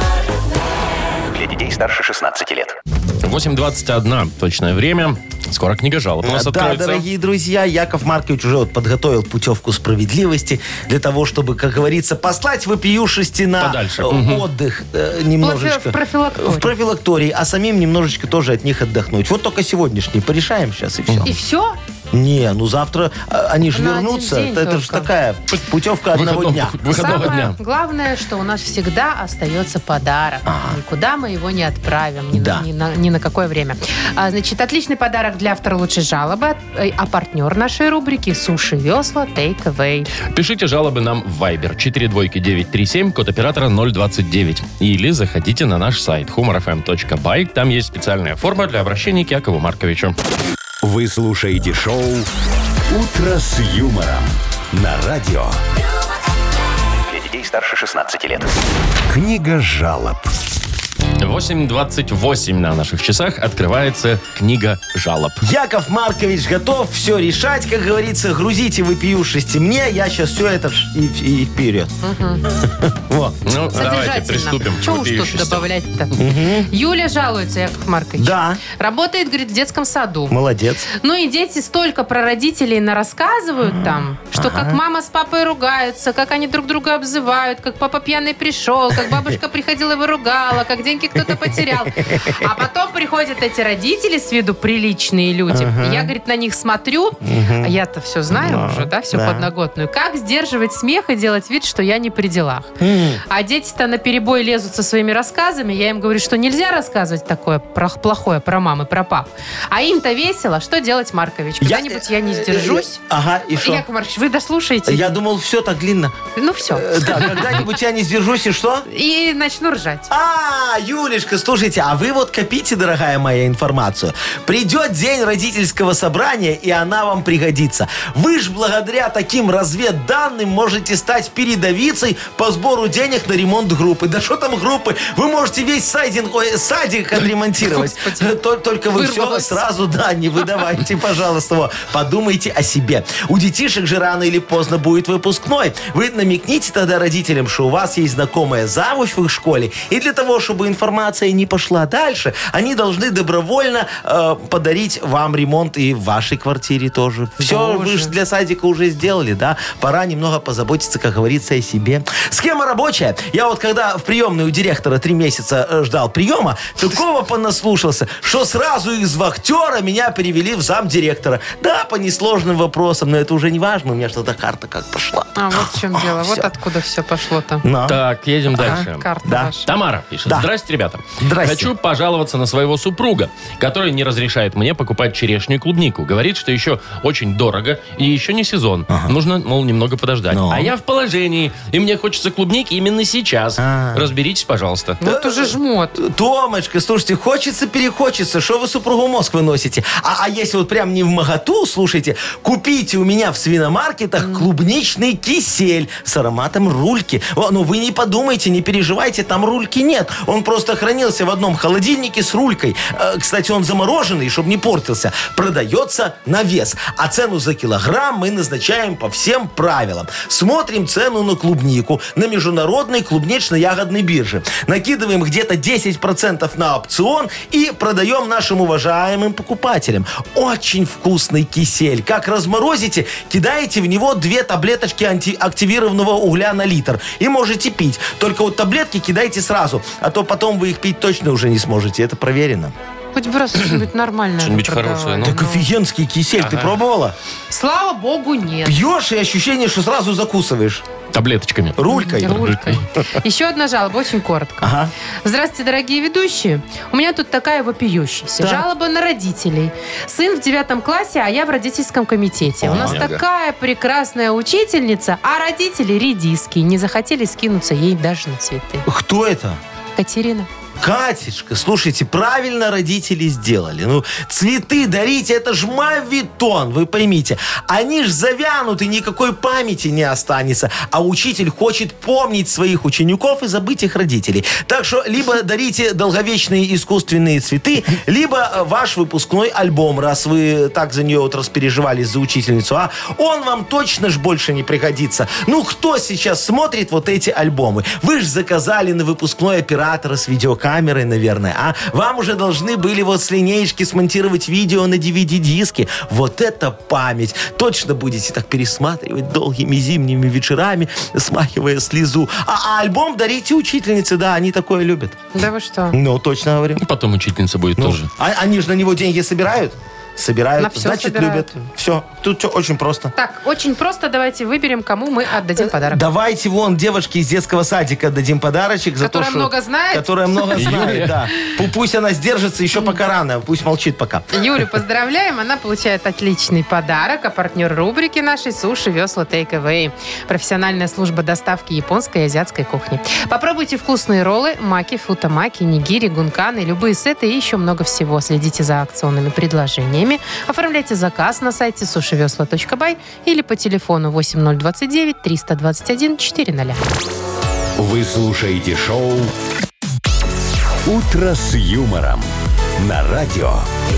Для детей старше шестнадцати лет.
восемь двадцать один точное время. Скоро книга жалоб у нас
Да,
откроется.
дорогие друзья, Яков Маркович уже вот подготовил путевку справедливости для того, чтобы, как говорится, послать вопиюшести на
Подальше.
э, отдых э, немножечко.
В профилактории.
В профилактории, а самим немножечко тоже от них отдохнуть. Вот только сегодняшний порешаем сейчас и все.
И все?
Не, ну завтра а, они же
На один
вернутся.
день
Это, же
только.
такая путевка одного
Выходного-
дня.
Выходного
Самое
дня.
главное, что у нас всегда остается подарок. Никуда мы его не отправим. Ни,
Да.
на, ни на, ни на какое время. А, значит, отличный подарок для автора лучшей жалобы. э, А партнер нашей рубрики «Суши Весла Take Away».
Пишите жалобы нам в Viber четыре двойки девять три семь, код оператора ноль двадцать девять. Или заходите на наш сайт humor эф эм точка бай. Там есть специальная форма для обращения к Якову Марковичу.
Вы слушаете шоу «Утро с юмором» на радио. Для детей старше шестнадцати лет. Книга жалоб.
восемь двадцать восемь на наших часах открывается книга жалоб.
Яков Маркович готов все решать, как говорится, грузите вопиюшести мне, я сейчас все это ш- и, и вперед. Вот.
Ну, давайте
Содержательно.
приступим. к
Чего уж тут
вопиющести.
добавлять-то? Юля жалуется, Яков Маркович.
Да.
Работает, говорит, в детском саду.
Молодец.
Ну и дети столько про родителей нарассказывают там, что как мама с папой ругаются, как они друг друга обзывают, как папа пьяный пришел, как бабушка приходила и выругала, как деньги кто-то потерял. А потом приходят эти родители, с виду приличные люди. И я, говорит, на них смотрю, а я-то все знаю
Да,
уже, да, всю
да.
подноготную. Как сдерживать смех и делать вид, что я не при делах. А дети-то наперебой лезут со своими рассказами. Я им говорю, что нельзя рассказывать такое про- плохое про мамы, про пап. А им-то весело. Что делать, Маркович? Когда-нибудь я, не сдержусь.
Ага, и что?
Яков Маркович, вы дослушаете?
Я думал, все так длинно.
Ну все.
Э, Да, когда-нибудь я не сдержусь, и что?
И начну ржать.
А, Юлечка, слушайте, а вы вот копите, дорогая моя, информацию. Придет день родительского собрания, и она вам пригодится. Вы ж благодаря таким разведданным можете стать передовицей по сбору денег на ремонт группы. Да что там группы? Вы можете весь сайдинг, ой, садик отремонтировать.
Господи.
Тол- Только вы все
Вырвалось.
сразу, да, не выдавайте, пожалуйста. Во. Подумайте о себе. У детишек же рано или поздно будет выпускной. Вы намекните тогда родителям, что у вас есть знакомая завуч в их школе, и для того, чтобы информация не пошла дальше, они должны добровольно э, подарить вам ремонт и в вашей квартире тоже. Все, вы
Боже.
же для садика уже сделали, да? Пора немного позаботиться, как говорится, о себе. Схема рабочая. Я вот когда в приемной у директора три месяца э, ждал приема, такого понаслушался, что сразу из вахтера меня перевели в замдиректора. Да, по несложным вопросам, но это уже не важно, у меня что-то карта как пошла.
А вот в чем дело. Вот
всё.
откуда все пошло-то.
На.
Так, едем дальше.
Карта
Да.
ваша.
Тамара пишет.
Да.
Здрасте, ребята.
Здрасте.
Хочу пожаловаться на своего супруга, который не разрешает мне покупать черешню и клубнику. Говорит, что еще очень дорого и еще не сезон. Нужно, мол, немного подождать.
Ну.
А я в положении, и мне хочется клубники именно сейчас.
А.
Разберитесь, пожалуйста.
Вот уже жмот.
Томочка, слушайте, хочется, перехочется. Что вы супругу мозг выносите? А, а если вот прям не в моготу, слушайте, купите у меня в свиномаркетах клубничный кисель с ароматом рульки. О, ну вы не подумайте, не переживайте, там рульки нет. Он просто хранился в одном холодильнике с рулькой. Э, кстати, он замороженный, чтобы не портился. Продается на вес. А цену за килограмм мы назначаем по всем правилам. Смотрим цену на клубнику на международной клубнично-ягодной бирже. Накидываем где-то десять процентов на опцион и продаем нашим уважаемым покупателям. Очень вкусный кисель. Как разморозите, кидаете в него две таблеточки антиактивированного угля на литр. И можете пить. Только вот таблетки кидайте сразу, а то потом вы их пить точно уже не сможете. Это проверено.
Хоть бы раз что-нибудь нормальное.
Что-нибудь
продавали.
хорошее, ну.
Так офигенский кисель. Ты
Ага.
пробовала?
Слава богу, нет.
Пьешь, и ощущение, что сразу закусываешь.
Таблеточками.
Рулькой.
Рулькой. Еще одна жалоба, очень коротко.
Ага.
Здравствуйте, дорогие ведущие. У меня тут такая вопиющаяся.
Так.
Жалоба на родителей. Сын в девятом классе, а я в родительском комитете.
О,
У нас
Ага.
такая прекрасная учительница, а родители редиски. Не захотели скинуться ей даже на цветы.
Кто это?
Катерина.
Катечка, слушайте, правильно родители сделали. Ну, цветы дарите, это ж мавитон, вы поймите. Они ж завянут, и никакой памяти не останется. А учитель хочет помнить своих учеников и забыть их родителей. Так что либо дарите долговечные искусственные цветы, либо ваш выпускной альбом, раз вы так за нее вот распереживались за учительницу, а он вам точно ж больше не пригодится. Ну, кто сейчас смотрит вот эти альбомы? Вы ж заказали на выпускной оператора с видеокамерой, наверное, а? Вам уже должны были вот с линеечки смонтировать видео на ди ви ди-диске. Вот это память. Точно будете так пересматривать долгими зимними вечерами, смахивая слезу. А, а альбом дарите учительнице, да, они такое любят.
Да вы что?
Ну, точно говорю.
Потом учительница будет
Ну,
тоже.
а- они же на него деньги собирают? Собирают,
На все
значит,
собирают.
любят. Все, тут все очень просто.
Так, очень просто. Давайте выберем, кому мы отдадим подарок.
Давайте вон девочке из детского садика дадим подарочек. за
Которая
то, что-
много знает?
Которая много
Юлия.
знает, да. Пу- Пусть она сдержится еще пока рано. Пусть молчит пока.
Юлю поздравляем. Она получает отличный подарок. А партнер рубрики нашей «Суши Весла Take Away». Профессиональная служба доставки японской и азиатской кухни. Попробуйте вкусные роллы, маки, футамаки, нигири, гунканы, любые сеты и еще много всего. Следите за акционными предложениями. Оформляйте заказ на сайте сушивесла точка бай или по телефону восемь ноль двадцать девять триста двадцать один четыреста.
Вы слушаете шоу «Утро с юмором» на радио.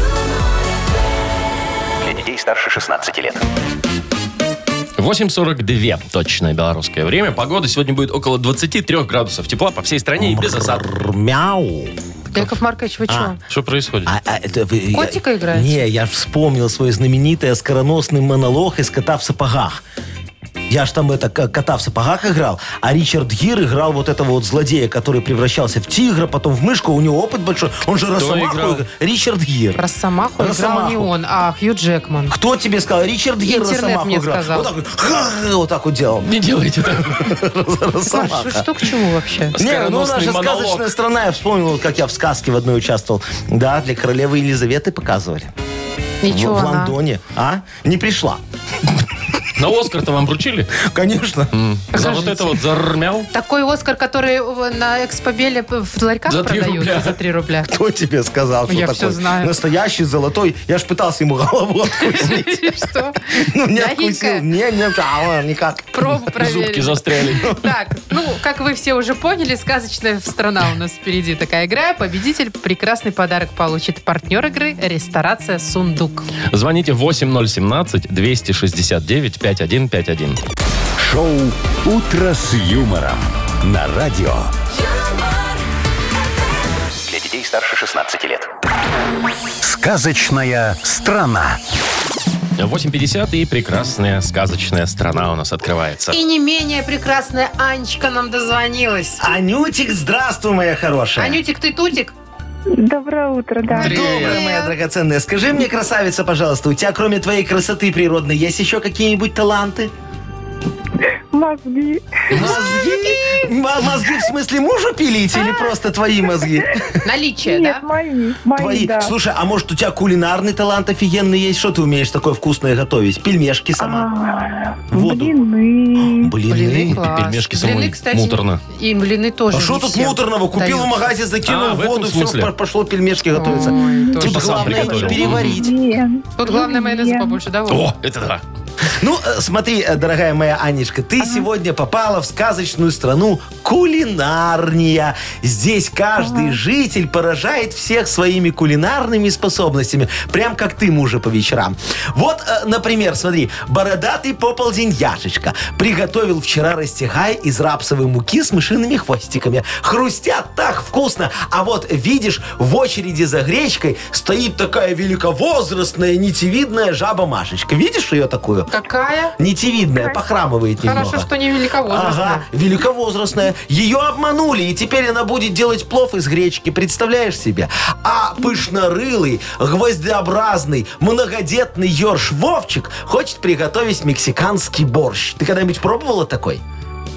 Для детей старше шестнадцати лет.
восемь сорок два точное белорусское время. Погода сегодня будет около двадцати трёх градусов тепла по всей стране и без осадков.
Мяу.
Яков Маркович, вы что?
Что происходит?
А, а, это вы- я-
Котика играете?
Не, я ж вспомнил свой знаменитый оскароносный монолог из «Кота в сапогах». Я ж там это к- «Кота в сапогах» играл, а Ричард Гир играл вот этого вот злодея, который превращался в тигра, потом в мышку, у него опыт большой. Он же Росомаху
играл?
играл. Ричард Гир.
Росомаху играл
Росомаху.
не он, а Хью Джекман.
Кто тебе сказал? Ричард Гир
Интернет
Росомаху
мне
играл.
сказал.
Вот так вот, ха, вот так вот делал.
Не делайте так.
Росомаха.
Что, что к чему вообще?
Не, ну у нас
Оскароносный
же
монолог.
сказочная страна. Я вспомнил, вот как я в сказке в одной участвовал. Да, для королевы Елизаветы показывали.
Ничего,
в, в
она.
Лондоне. А? Не пришла.
На Оскар-то вам вручили?
Конечно.
За вот это вот зармял?
Такой Оскар, который на Экспобеле в ларьках
За три
продают
рубля.
за три рубля.
Кто тебе сказал, что
Я
такой
всё знаю.
настоящий золотой? Я ж пытался ему голову откусить.
Что?
Ну, не
Мягенькая?
откусил. Не, не, а, никак.
Пробу
Зубки
проверили.
застряли.
Так, ну, как вы все уже поняли, сказочная страна у нас впереди такая игра. Победитель прекрасный подарок получит. Партнер игры — ресторация «Сундук».
Звоните восемь ноль семнадцать двести шестьдесят девять пятьдесят один пятьдесят один.
Шоу «Утро с юмором» на радио. Для детей старше шестнадцати лет. Сказочная страна.
восемь пятьдесят и прекрасная сказочная страна у нас открывается.
И не менее прекрасная Анечка нам дозвонилась.
Анютик, здравствуй, моя хорошая.
Анютик, ты тутик?
Доброе утро, да.
Добрая моя драгоценная. Скажи мне, красавица, пожалуйста, у тебя кроме твоей красоты природной есть еще какие-нибудь таланты?
Мозги.
Мозги? М- Мозги в смысле мужу пилить или просто твои мозги?
Наличие,
Нет,
да?
мои. Мои,
Твои.
да.
Слушай, а может у тебя кулинарный талант офигенный есть? Что ты умеешь такое вкусное готовить? Пельмешки сама?
А,
Воду?
Блины.
Блины, класс.
пельмешки самой
Блины, кстати,
муторно.
И блины тоже
А что
не
тут
всем
муторного? Купил
дают.
в магазе, закинул
А,
в
в этом
воду, все,
смысле?
по- пошло пельмешки готовятся.
Ой,
Тут
точно.
сам
главное не
приготовил.
переварить.
Блин.
Тут главное майонеза
Блин.
побольше, да? Вов?
О, это да.
Ну, э, смотри, э, дорогая моя Анечка, ты сегодня попала в сказочную страну кулинарния. Здесь каждый житель поражает всех своими кулинарными способностями. Прям как ты, мужа, по вечерам. Вот, э, например, смотри, бородатый поползень Яшечка приготовил вчера растягай из рапсовой муки с мышиными хвостиками. Хрустят так вкусно. А вот, видишь, в очереди за гречкой стоит такая великовозрастная, нитевидная жаба Машечка. Видишь ее такую?
Какая?
Нитевидная, похрамывает немного.
Хорошо, что не великовозрастная.
Ага, великовозрастная. Ее обманули, и теперь она будет делать плов из гречки. Представляешь себе? А пышнорылый, гвоздеобразный, многодетный ёрш Вовчик хочет приготовить мексиканский борщ. Ты когда-нибудь пробовала такой?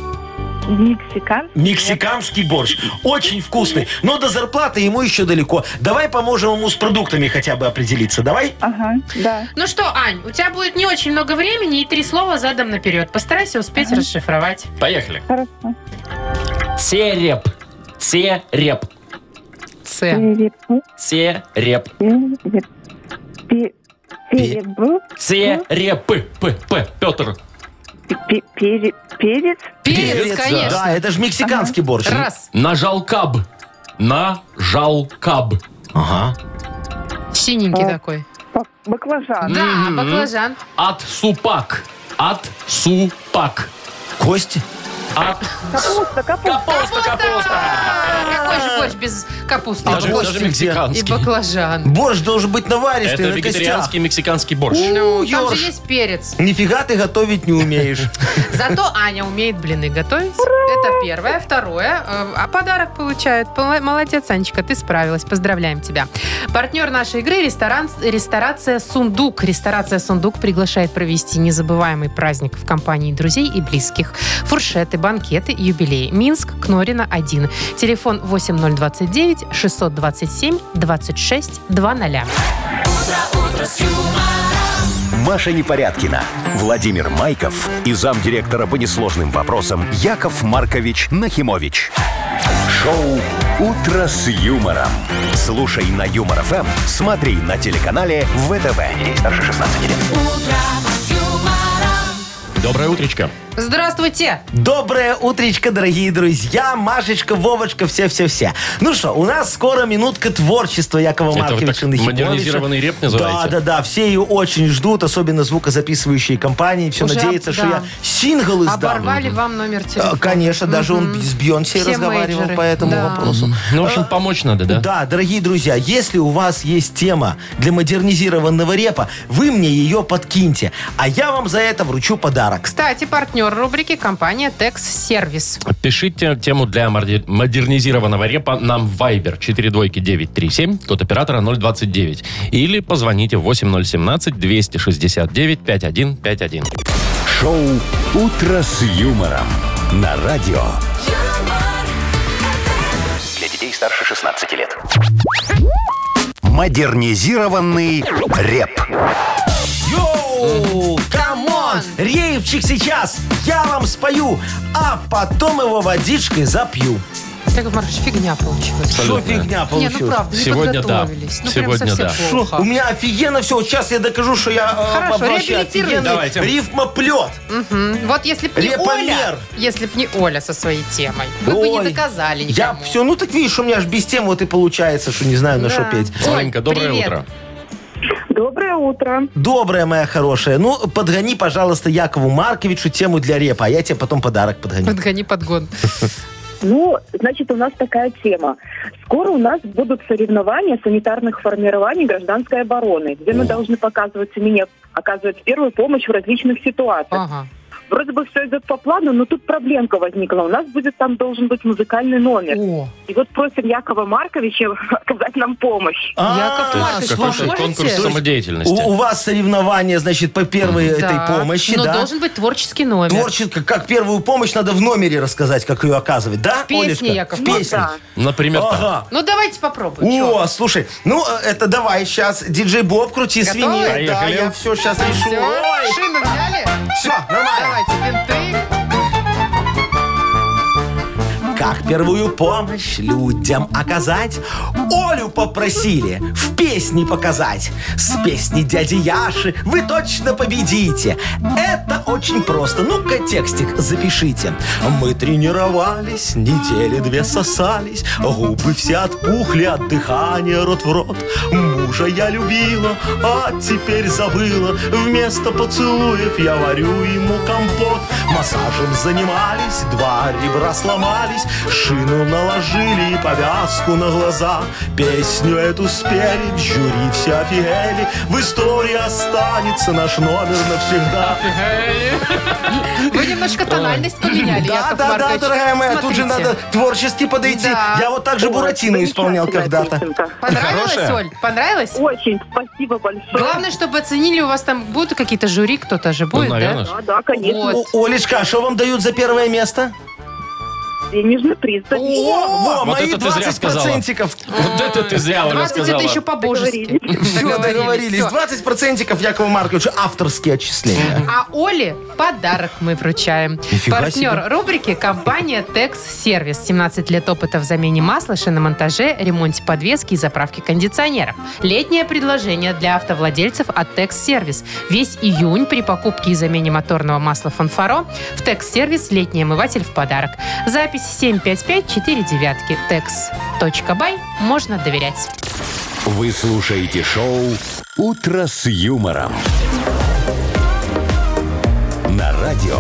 Мексикан.
Мексиканский борщ. Очень вкусный. Но до зарплаты ему еще далеко. Давай поможем ему с продуктами хотя бы определиться. Давай?
Ага, да.
Ну что, Ань, у тебя будет не очень много времени и три слова задом наперед. Постарайся успеть расшифровать.
Поехали.
Хорошо.
Цереп. Цереп.
С.
Переб.
Цереп.
Переб. Пе- Переб.
Цереп. П. П. Петр.
Пе- пере- Перец.
Перец, конечно.
Да, это же мексиканский борщ.
Раз.
Нажалкаб. Нажалкаб.
Ага.
Синенький
А.
такой.
Бак- Баклажан.
Да, баклажан.
От супак. От супак.
Кости?
От
Капуста, капуста.
капуста, капуста.
А, Какой же борщ без капусты?
Даже,
и
даже
кости? И
мексиканский.
баклажан.
Борщ должен быть наваристый,
Это
на костях.
вегетарианский мексиканский борщ.
Ну, там
Ёрш.
же есть перец.
Нифига ты готовить не умеешь.
Зато Аня умеет блины готовить. Это первое. Второе. э, А подарок получает. Пол- Молодец, Анечка, ты справилась. Поздравляем тебя. Партнер нашей игры ресторан, ресторация «Сундук». Ресторация «Сундук» приглашает провести незабываемый праздник в компании друзей и близких. Фуршеты, банкеты, юбилей. Минск, Кнорина, один. Телефон восемь ноль двадцать девять шестьсот двадцать семь двадцать шесть двадцать.
Маша Непорядкина, Владимир Майков и замдиректора по несложным вопросам Яков Маркович Нахимович. Шоу «Утро с юмором». Слушай на Юмор ФМ, смотри на телеканале ВТВ. Ей старше шестнадцати лет.
Доброе утречко.
Здравствуйте.
Доброе утречко, дорогие друзья. Машечка, Вовочка, все-все-все. Ну что, у нас скоро минутка творчества Якова
Это вы
Марковича
так
Нахимовича.
модернизированный реп называете?
Да, да, да. Все ее очень ждут, особенно звукозаписывающие компании. Все
Уже
надеются,
об-
что
да.
я сингл издам.
Оборвали вам номер
А,
телефона.
Конечно, даже он
Мгм.
с Бьонсе
Все
разговаривал
мейджоры.
по этому
Да.
вопросу.
Ну, в общем, помочь надо, да?
Да, дорогие друзья, если у вас есть тема для модернизированного репа, вы мне ее подкиньте, а я вам за это вручу подарок.
Кстати, партнер рубрики компания Текс Сервис.
Пишите тему для морди- модернизированного репа нам в Viber четыре двойки девять три семь, код оператора ноль двадцать девять. Или позвоните восемь ноль семнадцать двести шестьдесят девять пятьдесят один пятьдесят один.
Шоу «Утро с юмором» на радио. Для детей старше шестнадцати лет. Модернизированный реп.
Йоу, камон, рейвчик сейчас, я вам спою, а потом его водичкой запью.
Яков Маркович, фигня получилась.
Что
Абсолютно.
фигня
Не, ну
получилась?
правда, не
Сегодня да.
подготовились. Ну,
Сегодня
прям совсем
да.
Шо,
плохо.
у меня офигенно все. Вот сейчас я докажу, что я э,
Хорошо,
вообще
реабилитируй.
офигенный
Давайте.
рифмоплет.
Мгм. Вот если б не
Репомер.
Оля, если б не Оля со своей темой, вы бы не
Ой,
доказали
Я
никому.
все, ну так видишь, у меня аж без тем вот и получается, что не знаю, на что
Да.
петь.
Оленька, доброе
привет.
утро.
Доброе утро.
Добрая моя хорошая. Ну, подгони, пожалуйста, Якову Марковичу тему для репа, а я тебе потом подарок подгоню.
Подгони подгон.
Ну, значит, у нас такая тема. Скоро у нас будут соревнования санитарных формирований гражданской обороны, где мы должны показывать умение оказывать первую помощь в различных ситуациях.
Ага.
Вроде бы все идет по плану, но тут проблемка возникла. У нас будет там должен быть музыкальный номер.
О,
И вот просим Якова Марковича оказать нам помощь.
Яков
А,
Маркович,
Какой-то
поможете?
конкурс
То есть
самодеятельности.
У, у вас соревнования, значит, по первой этой
так,
помощи,
но
да?
должен быть творческий номер.
Творчество, как первую помощь надо в номере рассказать, как ее оказывать, да,
В песне,
Олечка?
Яков
В
Маркович.
песне.
Да.
Например, так.
Ага.
Ну, давайте попробуем. Чё?
О, слушай, ну э, это давай сейчас, диджей Боб, крути
Готовы?
свинил. Да,
Поехали.
я все сейчас решу.
Всё,
Ой,
шину взяли?
все, нормально.
Давайте, бинты.
Как первую помощь людям оказать? Олю попросили в песне показать. С песни дяди Яши вы точно победите. Это очень просто. Ну-ка текстик запишите. Мы тренировались, недели две сосались, губы все отпухли от дыхания рот в рот. Мужа я любила, а теперь забыла. Вместо поцелуев я варю ему компот. Массажем занимались, два ребра сломались, шину наложили и повязку на глаза. Песню эту спели, в жюри все офигели. В истории останется наш номер навсегда.
Вы немножко тональность поменяли,
Да,
Яков
да, да,
Маркович.
дорогая моя, тут же
Смотрите.
надо творчески подойти.
Да.
Я вот так же Буратино исполнял когда-то.
Понравилось,
Хорошая?
Оль? Понравилось?
Очень спасибо большое.
Главное, чтобы оценили, у вас там будут какие-то жюри, кто-то же будет,
наверное.
да?
Да, да, конечно.
Вот.
О- Олечка, а что вам дают за первое место?
денежный приз.
О, во,
Вот
мои
это ты зря
двадцать
сказала.
процентиков.
Вот это ты зря, Оля,
двадцать
сказала.
это еще по-божески.
Все, договорились.
Всё.
двадцать процентиков Якову Марковичу авторские отчисления.
А Оле подарок мы вручаем.
Нифига
Партнер
себе.
рубрики – компания «Текс Сервис». семнадцать лет опыта в замене масла, шиномонтаже, ремонте подвески и заправке кондиционеров. Летнее предложение для автовладельцев от «Текс Сервис». Весь июнь при покупке и замене моторного масла «Фанфаро» в «Текс Сервис» летний омыватель в подарок. Запись семь пять пять четыре девять. текс точка бай. Можно доверять.
Вы слушаете шоу «Утро с юмором». На радио.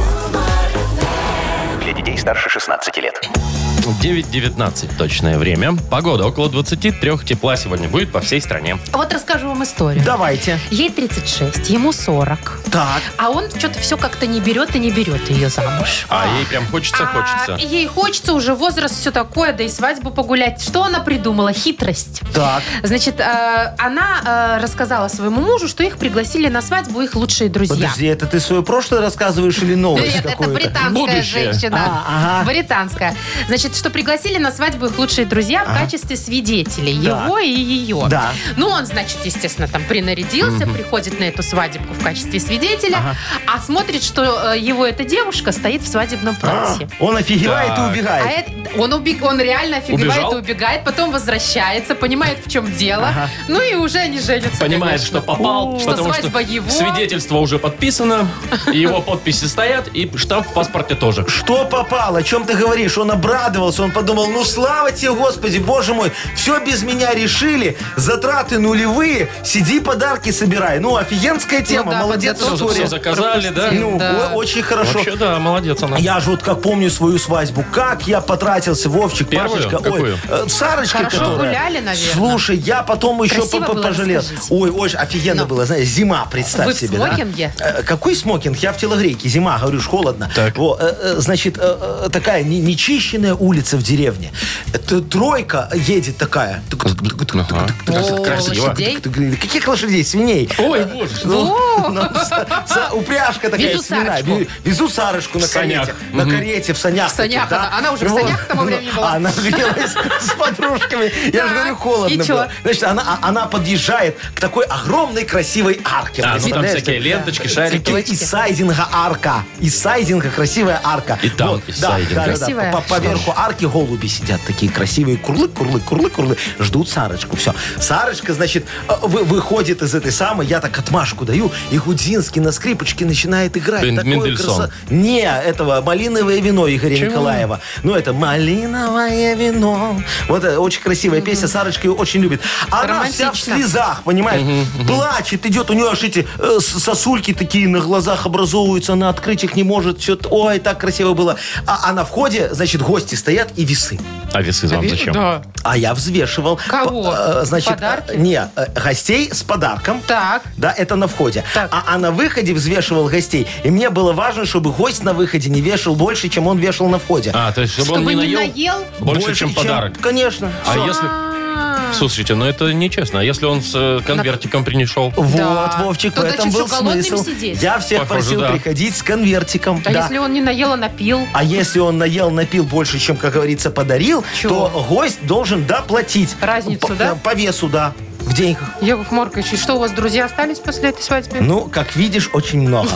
Для детей старше шестнадцати лет.
девять девятнадцать точное время. Погода около двадцати трёх, тепла сегодня будет по всей стране.
А вот расскажу вам историю.
Давайте.
Ей тридцать шесть, ему сорок.
Так.
А он что-то все как-то не берет и не берет ее замуж.
А ей прям хочется,
А
хочется.
ей хочется уже возраст, все такое, да и свадьбу погулять. Что она придумала? Хитрость.
Так.
Значит, э, она э, рассказала своему мужу, что их пригласили на свадьбу их лучшие друзья.
Подожди, это ты свое прошлое рассказываешь или новость
Нет, это
какую-то?
британская
Будущее.
женщина.
А, ага.
Британская. Значит, что пригласили на свадьбу их лучшие друзья в качестве свидетелей.
Да.
Его и ее.
Да.
Ну, он, значит, естественно, там принарядился, приходит на эту свадебку в качестве свидетеля, а смотрит, что э, его эта девушка стоит в свадебном платье.
Он офигевает и
Так.
А
убегает.
это- он, убег, он реально офигевает
Убежал?
и убегает, потом возвращается, понимает, в чем дело. Ну и уже они женятся.
Понимает,
конечно.
что попал,
Что
потому
свадьба
что
его.
свидетельство уже подписано, и его подписи стоят, и штамп в паспорте тоже.
Что попало? О чем ты говоришь? Он обрадовался, он подумал, ну слава тебе, Господи, Боже мой, все без меня решили, затраты нулевые, сиди подарки собирай. Ну, офигенская тема,
да,
молодец,
вот это
Все
история.
заказали, да?
Ну,
Да.
о- очень хорошо.
Вообще, да, молодец она.
Я же вот как помню свою свадьбу, как я потратился, Вовчик,
Первую?
Машечка.
Какую?
Ой, э, Сарочка,
Хорошо
которая.
гуляли, наверное.
Слушай, я потом еще
Красиво
по-
было,
пожалел.
расскажите.
Ой, очень офигенно
Ну.
было, знаешь, зима, представь
Вы в
себе. да?
смокинге?
Э, Какой смокинг? Я в телогрейке, зима, говорю, ж холодно.
Так.
Во, э, э, значит, э, э, такая не- нечищенная улица в деревне. Это тройка едет такая.
Ага.
О,
Красиво.
лошадей?
Ты говоришь, каких лошадей? Свиней.
Ой, боже.
Ну, ну, с- с- упряжка такая
Везу
свиная.
Сарочку.
Ве- Везу Сарочку на
В санях.
карете. На карете, в санях.
В санях
таких, да.
она- она уже в
Вот.
санях к тому времени была.
А она грелась с подружками. Я же
Так,
говорю, холодно
и чё?
было. Значит, она, а- она подъезжает к такой огромной красивой арке.
А, ну там
Представляешь,
всякие
так?
ленточки, шарики.
Такие из сайдинга арка. Из сайдинга красивая арка.
И там из
да,
сайдинга.
да, да, да.
Красивая.
По- Поверху арки голуби сидят такие красивые. Курлы, курлы, курлы, курлы. Ждут Сарочку. Все. Сарочка, значит, э, вы- выходит из этой самой, я так отмашку даю, и Гудзинский на скрипочке начинает играть.
Мен-
Такое
Мендельсон.
красо- Не, этого малиновое вино Игоря
Чего?
Николаева. Ну, это малиновое вино. Вот это очень красивая песня. Сарочка ее очень любит. Она вся в
Романтично.
слезах, понимаешь? Плачет, идет, у нее аж эти э, с- сосульки такие на глазах образовываются, она открыть их не может. Все, ой, так красиво было. А, а на входе, значит, гости стоят и весы.
А весы вам зачем?
Да.
А я взвешивал.
Кого?
П- э, Значит,
Подарки?
э, не, э, гостей с подарком.
Так.
Да, это на входе.
Так.
А, а на выходе взвешивал гостей. И мне было важно, чтобы гость на выходе не вешал больше, чем он вешал на входе.
А, то есть, чтобы,
Чтобы
он не
не
наел,
наел?
больше, чем подарок.
Конечно.
А
Всё.
если...
А,
Слушайте, ну это нечестно. А если он с э, конвертиком принесел?
Вот,
Да.
Вовчик, в
То
этом
значит,
был
что, голодным
смысл.
сидеть?
Я всех
Похоже,
просил
да.
приходить с конвертиком.
А
да.
если он не наел, а напил?
А если он наел, напил больше, чем, как говорится, подарил,
Чего?
то гость должен доплатить.
Разницу,
по,
да?
По весу, да. В деньгах.
Яков Маркович, и что, у вас друзья остались после этой свадьбы?
Ну, как видишь, очень много.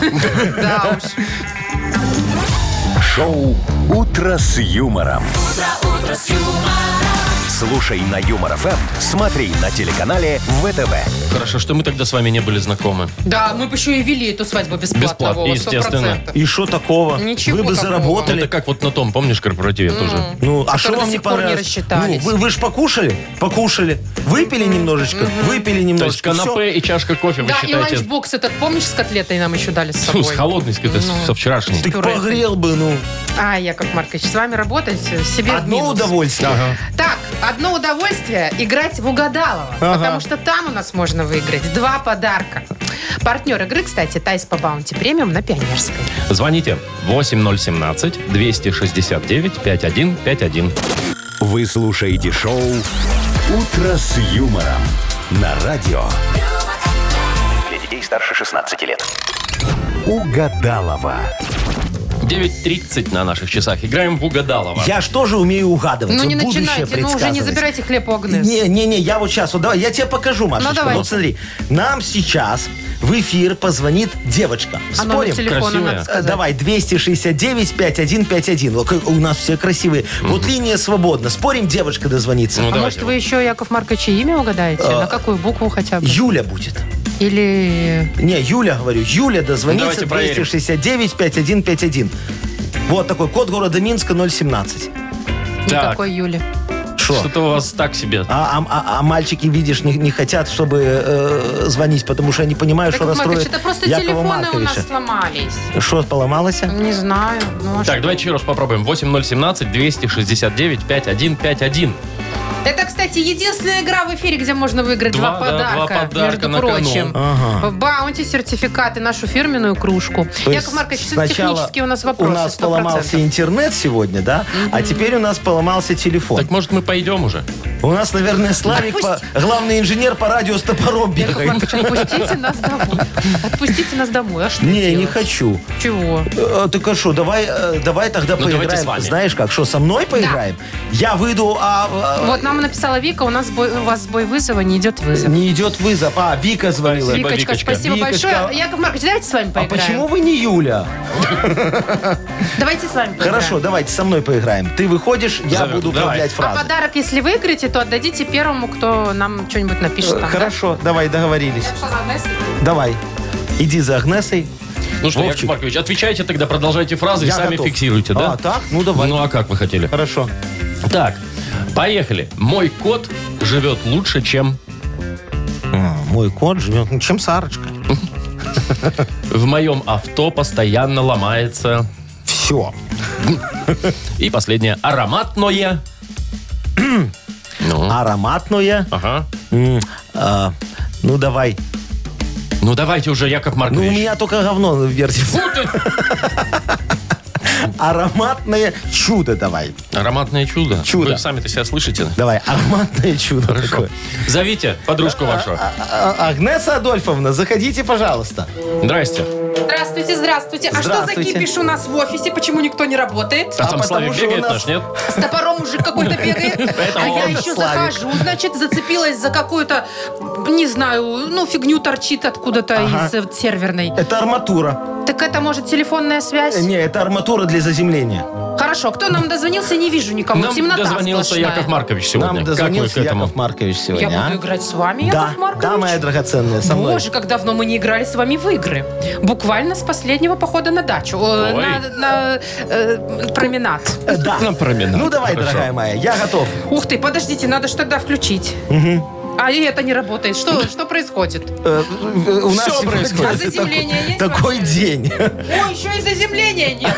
Да уж.
Шоу «Утро с юмором». Слушай на Юмор ФМ, смотри на телеканале ВТВ.
Хорошо, что мы тогда с вами не были знакомы.
Да, мы бы еще и вели эту свадьбу бесплатно.
Бесплатно,
Вова, сто
естественно.
процентов.
И что такого?
Ничего
Вы бы
такого.
заработали.
Это как вот на том, помнишь, корпоративе тоже?
Ну, а
Которые
что
до
вам не
сих пор не
понравилось?
рассчитались.
Ну, вы, вы же покушали? Покушали. Выпили немножечко? Выпили
То есть
немножечко.
канапе и чашка кофе, вы
Да, и
считаете?
ланчбокс этот, помнишь, с котлетой нам еще дали с
Фу,
собой?
с холодной, это
Ну.
со вчерашней.
Всё. Так
пюре.
погрел бы, ну.
А, Яков Маркович, с вами работать э, себе в
Одно
минус.
удовольствие.
Ага.
Так, одно удовольствие играть в Угадалово.
Ага.
Потому что там у нас можно выиграть два подарка. Партнер игры, кстати, Тайс по Баунти Премиум на Пионерской.
Звоните восемь ноль семнадцать двести шестьдесят девять пятьдесят один пятьдесят один.
Вы слушаете шоу «Утро с юмором» на радио. Для детей старше шестнадцати лет. Угадалова.
девять тридцать на наших часах. Играем в Угадалово.
Я ж тоже умею угадывать.
Ну не
будущее
начинайте, ну уже не
предсказывать.
забирайте хлеб у Агнес.
Не-не-не, я вот сейчас, вот давай, я тебе покажу, Машечка.
давайте.
Вот смотри, нам сейчас в эфир позвонит девочка.
А номер
Спорим?
телефона
Красивая.
надо
Э,
сказать.
Давай, двести шестьдесят девять пятьдесят один пятьдесят один. Вот как- У нас все красивые. Вот линия свободна. Спорим, девочка дозвонится.
Ну,
А
давайте.
может, вы еще Яков Маркович имя угадаете? На какую букву хотя бы?
Юля будет.
Или...
Не, Юля, говорю. Юля дозвонится.
Давайте проверим.
двести шестьдесят девять пятьдесят один пятьдесят один. Вот такой код города Минска ноль семнадцать.
Никакой Юли.
Шо?
Что-то у вас так себе.
А, а- а- а мальчики, видишь, не, не хотят, чтобы э, звонить, потому что они понимают, что
Яков Маркович,
расстроят
это просто
Якова
телефоны у
Марковича.
нас сломались.
Что, поломалось?
Не знаю. Ну, а
Так, давайте еще раз попробуем. восемь ноль семнадцать двести шестьдесят девять пятьдесят один пятьдесят один.
Это, кстати, единственная игра в эфире, где можно выиграть
Два,
два,
да, два
подарка,
подарка
между
на кону.
прочим.
Ага.
Баунти, сертификаты, нашу фирменную кружку.
То есть
Яков Маркович, что
сначала
технические у нас вопросы.
У нас
сто процентов.
поломался интернет сегодня, да? А теперь у нас поломался телефон.
Так, может, мы пойдем уже?
У нас, наверное, Славик,
Да
по- главный инженер по радио с топором
Яков
бегает.
Маркович, отпустите нас домой. Отпустите нас домой. А что
Не, не
делать?
хочу.
Чего?
Э, Так а что, давай, э, давай тогда
Ну, давайте
поиграем.
с вами.
Знаешь как, что, со мной поиграем? Я выйду, а... а,
Вот нам написала Вика, у нас сбой- у вас сбой вызова, не идет вызов.
Не идет вызов. А, Вика звонила.
Спасибо,
Викочка,
Викочка.
спасибо
Викочка.
большое. Яков Маркович, давайте с вами
А
поиграем.
почему вы не Юля?
Давайте с вами поиграем.
Хорошо, давайте со мной поиграем. Ты выходишь, я
Зовем.
буду
Давай.
управлять
А
фразой.
подарок, если выиграете, то отдадите первому, кто нам что-нибудь напишет.
Э,
там,
Хорошо, давай, договорились.
да? Что за Агнес?
Давай. Иди за Агнесой.
Ну что,
Вовчик.
Яков Маркович, отвечайте тогда, продолжайте фразы и
Я
сами
готов.
фиксируйте, да?
А, так? Ну, давай.
Ну, а как вы хотели?
Хорошо.
Так, поехали. Мой кот живет лучше, чем...
А, мой кот живет, ну, чем Сарочка.
В моем авто постоянно ломается...
Все.
И последнее. Ароматное... Ну,
Ароматное.
ага.
М, а, ну, давай.
Ну, давайте уже, Яков
Ну,
Маркович.
у меня только говно вертится.
Фу ты!
Ароматное чудо давай.
Ароматное чудо.
Чудо.
Вы сами-то себя слышите?
Давай, ароматное чудо
Хорошо.
такое.
Зовите подружку вашу.
А- а- Агнеса Адольфовна, заходите, пожалуйста.
Здрасте.
Здравствуйте, здравствуйте. А что за
Здравствуйте.
кипиш у нас в офисе? Почему никто не работает?
А там
потому
Славик
что у
бегает
нас-
наш, нет?
С топором мужик какой-то бегает. А я
он,
еще
Славик.
захожу, значит, зацепилась за какую-то, не знаю, ну, фигню торчит откуда-то
Ага.
из э, серверной.
Это арматура.
Так это, может, телефонная связь?
Э, Не, это арматура для заземления.
Хорошо, кто нам дозвонился, не вижу никому.
Нам
Темнота
дозвонился
сплошная.
Яков Маркович сегодня.
Нам
Как вы к
дозвонился
этому?
Яков Маркович сегодня.
Я буду
а?
играть с вами,
Да,
Яков Маркович?
да, моя драгоценная, со мной.
Боже, как давно мы не играли с вами в игры. Буквально с последнего похода на дачу. э,
Ой.
На, на, э, променад.
Э, Да.
На променад.
Ну, давай,
Хорошо.
дорогая моя, я готов.
Ух ты, подождите, надо что тогда включить. А и это не работает. Что, что происходит?
Э, э, У нас
Всё
сегодня
происходит.
А заземление
такой-
есть
Такой
вообще?
день.
Ой, еще и заземления нет.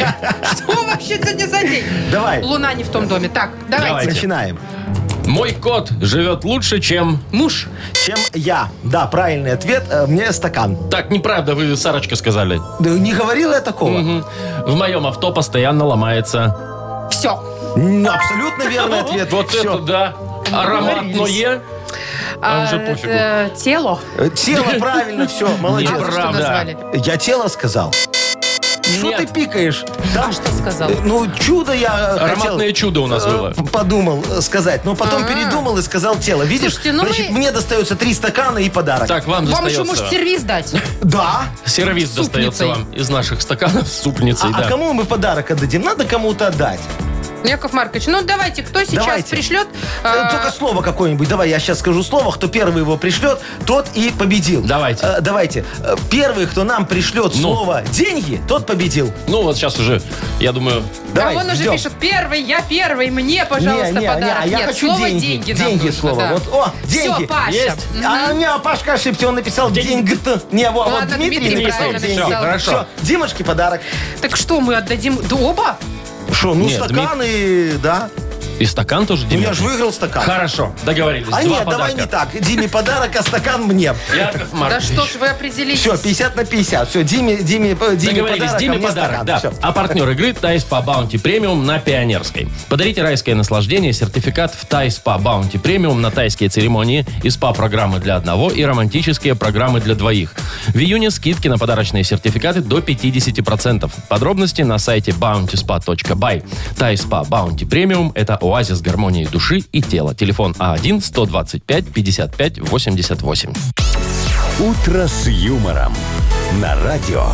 Что вообще сегодня за день?
Давай.
Луна не в том доме. Так, давайте.
Давайте.
Начинаем.
Мой кот живет лучше, чем...
Муж.
Чем я. Да, правильный ответ. э, Мне стакан.
Так, неправда, вы Сарочка сказали.
Да не говорил я такого.
Мгм. В моем авто постоянно ломается...
Все.
М, Абсолютно верный ответ.
Вот
Всё.
это да. Ароматное... А уже пофигу.
э, тело.
Э, Тело, правильно, все, молодец.
А вы что
Неправда.
назвали?
Я тело сказал. Что
Нет.
ты пикаешь? Да?
А что сказал?
Э, Ну, чудо я э,
Ароматное
хотел,
чудо у нас
э,
было.
подумал э, сказать, но потом
А.
передумал и сказал тело. Видишь,
Слушайте, ну
значит,
мы-
мне достается три стакана и подарок.
Так, вам
Вам еще,
достается...
может, сервис дать?
Да.
Сервис
С
достается
супницей.
вам из наших стаканов с супницей,
А, а
да.
кому мы подарок отдадим? Надо кому-то отдать.
Яков Маркович, ну давайте, кто сейчас
Давайте.
пришлет?
Э,
а,
Только слово какое-нибудь. Давай, я сейчас скажу слово. Кто первый его пришлет, тот и победил.
Давайте.
Э, Давайте. Э, Первый, кто нам пришлет
Ну.
слово «деньги», тот победил.
Ну вот сейчас уже, я думаю...
Давай,
а он уже
ждем.
пишет, первый, я первый, мне, пожалуйста,
не, не,
подарок.
не, я
Нет,
хочу
слово
деньги.
деньги нам
Деньги
нужно,
слово.
да.
Вот, о, деньги.
Все, Паша.
Есть.
Мгм.
А, не, а Пашка ошибся, он написал деньги-то. Не, вот, вот
Ладно,
Дмитрий,
Дмитрий
написал
правильно
деньги.
написал.
Хорошо.
Всё, Димочке подарок.
Так что, мы отдадим да, оба?
Что, ну
Нет,
стаканы, да.
И стакан тоже
Ну,
Диме?
я же выиграл стакан.
Хорошо, договорились.
А
Два
нет,
подарка.
давай не так. Диме подарок, а стакан мне.
Яков
Да
Маркович.
что ж вы определитесь?
Все, пятьдесят на пятьдесят. Все, Диме, Диме, э, Диме
Договорились,
подарок,
Диме
а мне
подарок,
стакан.
да.
Всё.
А партнер игры Тайспа Баунти Премиум на Пионерской. Подарите райское наслаждение, сертификат в Тайспа Баунти Премиум на тайские церемонии и СПА-программы для одного и романтические программы для двоих. В июне скидки на подарочные сертификаты до пятьдесят процентов. Подробности на сайте баунти спа точка бай. Тайспа Баунти Премиум – это оазис гармонии души и тела. Телефон А один сто двадцать пять пятьдесят пять восемьдесят восемь.
«Утро с юмором» на радио.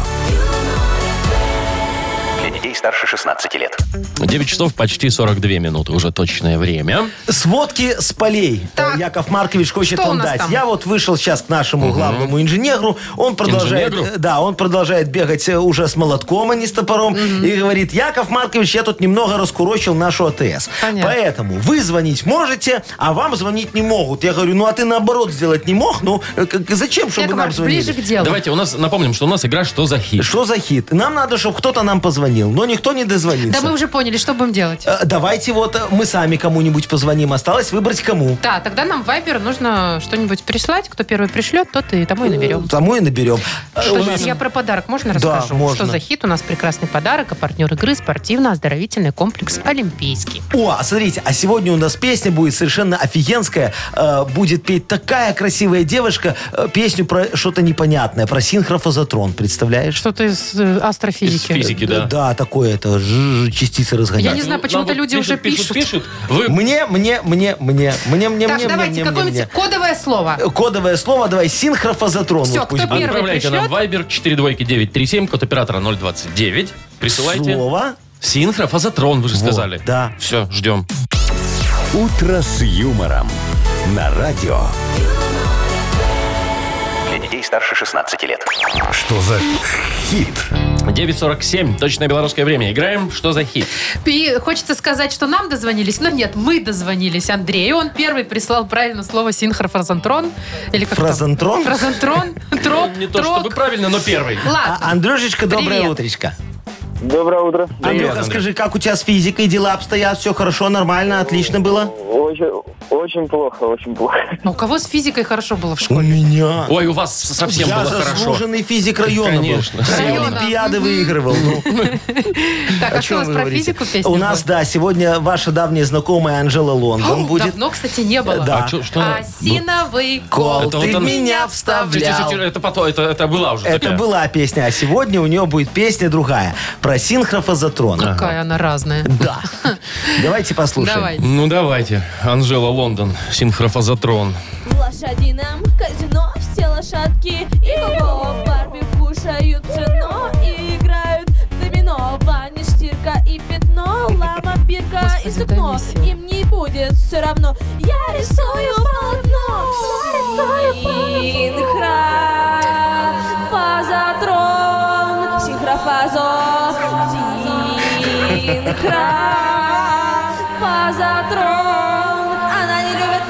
Для детей старше шестнадцати лет.
девять часов почти сорок две минуты. Уже точное время.
Сводки с полей.
Так.
Э, Яков Маркович хочет
Что у
вам
нас
дать.
там?
Я вот вышел сейчас к нашему главному инженеру. Он продолжает,
Инженеру?
э, да, он продолжает бегать э, уже с молотком, а не с топором. И говорит: Яков Маркович, я тут немного раскурочил нашу АТС.
Понятно.
Поэтому вы звонить можете, а вам звонить не могут. Я говорю: ну а ты наоборот сделать не мог? Ну э, к- зачем, чтобы
Яков
нам
Маркович,
звонили?
ближе к делу.
Давайте у нас напомним, что у нас игра «Что за хит?».
Что за хит? Нам надо, чтобы кто-то нам позвонил, но никто не дозвонится.
Да мы уже поняли, что будем делать.
Э, Давайте вот э, мы сами кому-нибудь позвоним. Осталось выбрать кому.
Да, тогда нам в Вайбер нужно что-нибудь прислать. Кто первый пришлет, тот и тому и наберем.
Тому и наберем. Э,
Что,
у нас-
я про подарок можно
Да,
расскажу?
можно.
Что за хит? У нас прекрасный подарок, а партнер игры спортивно-оздоровительный комплекс «Олимпийский».
О, а смотрите, а сегодня у нас песня будет совершенно офигенская. Э, будет петь такая красивая девушка э, песню про что-то непонятное, про синхрофазотрон, представляешь?
Что-то из э,
Из
астрофизики.
физики, да.
Да, такое это ж- частицы разгонять.
Я не знаю, почему-то
Нам вот
люди уже пишут.
пишут. Вы
Мне, мне, мне, мне, мне, мне,
Так,
мне,
давайте
мне, мне,
какое-нибудь
мне.
кодовое слово.
Кодовое слово давай, синхрофазотрон.
Всё,
вот пусть
кто
будет.
первый
отправляйте нам в
пришлет?
Viber четыре двойки девять три семь, код оператора ноль двадцать девять. Присылайте.
Слово.
Синхрофазотрон, вы же
Во,
сказали.
да.
Все, ждем.
«Утро с юмором» на радио. Для детей старше шестнадцати лет. Что за хит?
девять сорок семь, точное белорусское время. Играем «Что за хит?».
И хочется сказать, что нам дозвонились, но нет, мы дозвонились Андрею. Он первый прислал правильно слово синхрофазотрон. Или как там?
Фразантрон?
Фразантрон? Троп?
Не то
трок.
чтобы правильно, но первый.
Ладно.
А, Андрюшечка, доброе
Привет.
утречко.
Доброе утро.
Андрюха,
Андрей.
скажи, как у тебя с физикой дела обстоят? Все хорошо, нормально, отлично было?
Очень, очень плохо, очень плохо.
А у кого с физикой хорошо было в
У
школе?
меня.
Ой, у вас совсем
Я
было хорошо.
заслуженный физик района
Конечно.
был. Все
Района.
олимпиады выигрывал. Ну,
Так,
о
а что у
чем
нас
вы
про
говорите?
физику песня
У нас,
была?
да, сегодня ваша давняя знакомая Анжела Лондон
О,
будет.
Давно, кстати, не было.
Да.
А чё- что она-
Осиновый
Кол,
Это вот
ты
он-
меня
Тихо,
вставлял.
тихо, Это потом, это, это была уже
Это
такая.
была песня, а сегодня у нее будет песня другая. Про синхрофазотрон.
Какая она разная.
Да. Давайте послушаем.
Давай.
Ну давайте. Анжела Лондон, синхрофазотрон.
В лошадином казино все лошадки и бобо Барби кушают пшено и играют в домино. Ваня, штирка и пятно, лама, бирка и
Господи,
сукно.
дай мне
Им не будет все равно. Я рисую полотно. Синхрофазотрон, синхрофазо, синхрофазотрон. Она не любит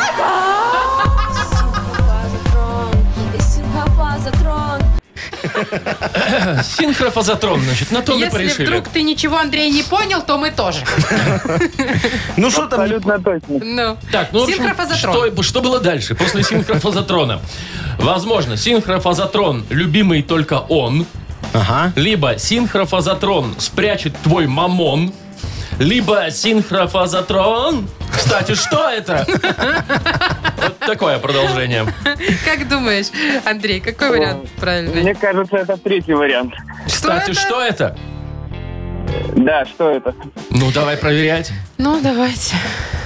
синхрофазотрон. Синхрофазотрон.
Синхрофазотрон, значит, на то мы
Если
порешили.
вдруг ты ничего, Андрей, не понял, то мы тоже.
Ну что там?
Абсолютно точно.
Ну.
Так, ну, в общем,
Синхрофазотрон.
что, что было дальше, после синхрофазотрона? Возможно, синхрофазотрон, любимый только он.
Ага.
Либо синхрофазотрон спрячет твой мамон. Либо синхрофазотрон. Кстати, что это? Вот такое продолжение.
Как думаешь, Андрей, какой вариант правильный?
Мне кажется, это третий вариант.
Кстати,
это?
что это?
Да, что это?
Ну, давай проверять.
Ну, давайте.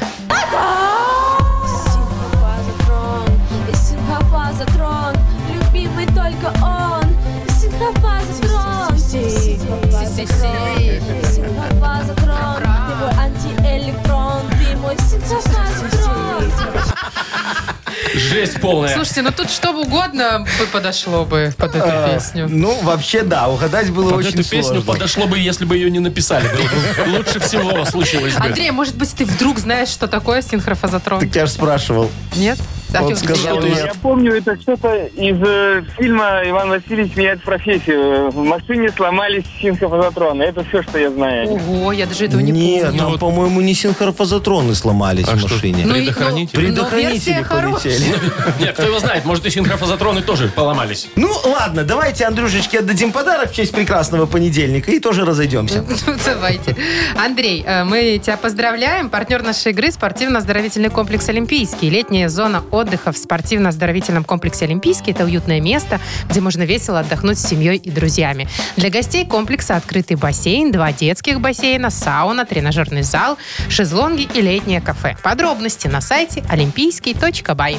Синхрофазотрон, синхрофазотрон, любимый только он. Синхрофазотрон, синхрофазотрон, синхрофазотрон, ты мой антиэлектрон, ты мой синхрофазотрон.
Жесть полная.
Слушайте, ну тут что угодно бы подошло бы под эту
Э,
песню.
Ну, вообще, да, угадать было
Под
очень
эту песню
сложно.
подошло бы, если бы ее не написали. Было бы лучше всего случилось бы.
Андрей, может быть, ты вдруг знаешь, что такое синхрофазотрон?
Так я же спрашивал.
Нет? А
Он
что,
сказал
где?
нет.
Я помню, это что-то из э, фильма «Иван Васильевич меняет профессию». В машине сломались синхрофазотроны. Это все, что я знаю.
Ого, я даже этого не
Нет,
помню.
там,
вот-
по-моему, не синхрофазотроны сломались
А
в
что?
машине.
Ну и-
Предохранитель?
ну,
Предохранители
версия хорошая.
полетели.
Нет, кто его знает, может и синхрофазотроны тоже поломались.
Ну, ладно, давайте Андрюшечке отдадим подарок в честь прекрасного понедельника и тоже разойдемся.
Ну, давайте. Андрей, э, мы тебя поздравляем. Партнер нашей игры — спортивно-оздоровительный комплекс «Олимпийский». Летняя зона отдыха в спортивно-оздоровительном комплексе «Олимпийский» — это уютное место, где можно весело отдохнуть с семьей и друзьями. Для гостей комплекса открытый бассейн, два детских бассейна, сауна, тренажерный зал, шезлонги и летнее кафе. Подробности на сайте олимпийский точка бай.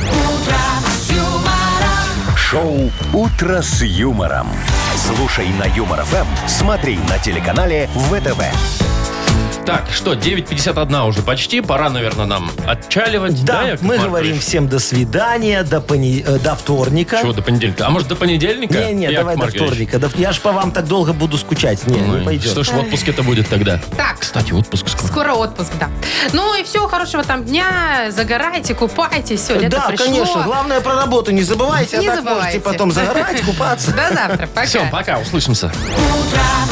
Шоу «Утро с юмором». Слушай на Юмор ФМ, смотри на телеканале ВТВ.
Так, что, девять пятьдесят один уже почти. Пора, наверное, нам отчаливать.
Да,
Яков
мы
Маркович?
говорим всем до свидания, до, пони- э, до вторника.
Чего, до понедельника? А может, до понедельника?
Не-не,
Яков
давай до
Маркович?
вторника. Да, я ж по вам так долго буду скучать. Не,
Ой,
не пойдет.
Что ж в отпуске-то будет тогда?
Так,
Кстати, отпуск скоро.
скоро отпуск, да. Ну и все, хорошего там дня. Загорайте, купайтесь, все, лето
Да,
пришло.
конечно. Главное про работу не забывайте,
Не
а так
забывайте.
можете потом загорать, купаться.
До завтра. Пока.
Все, пока, услышимся.
Утро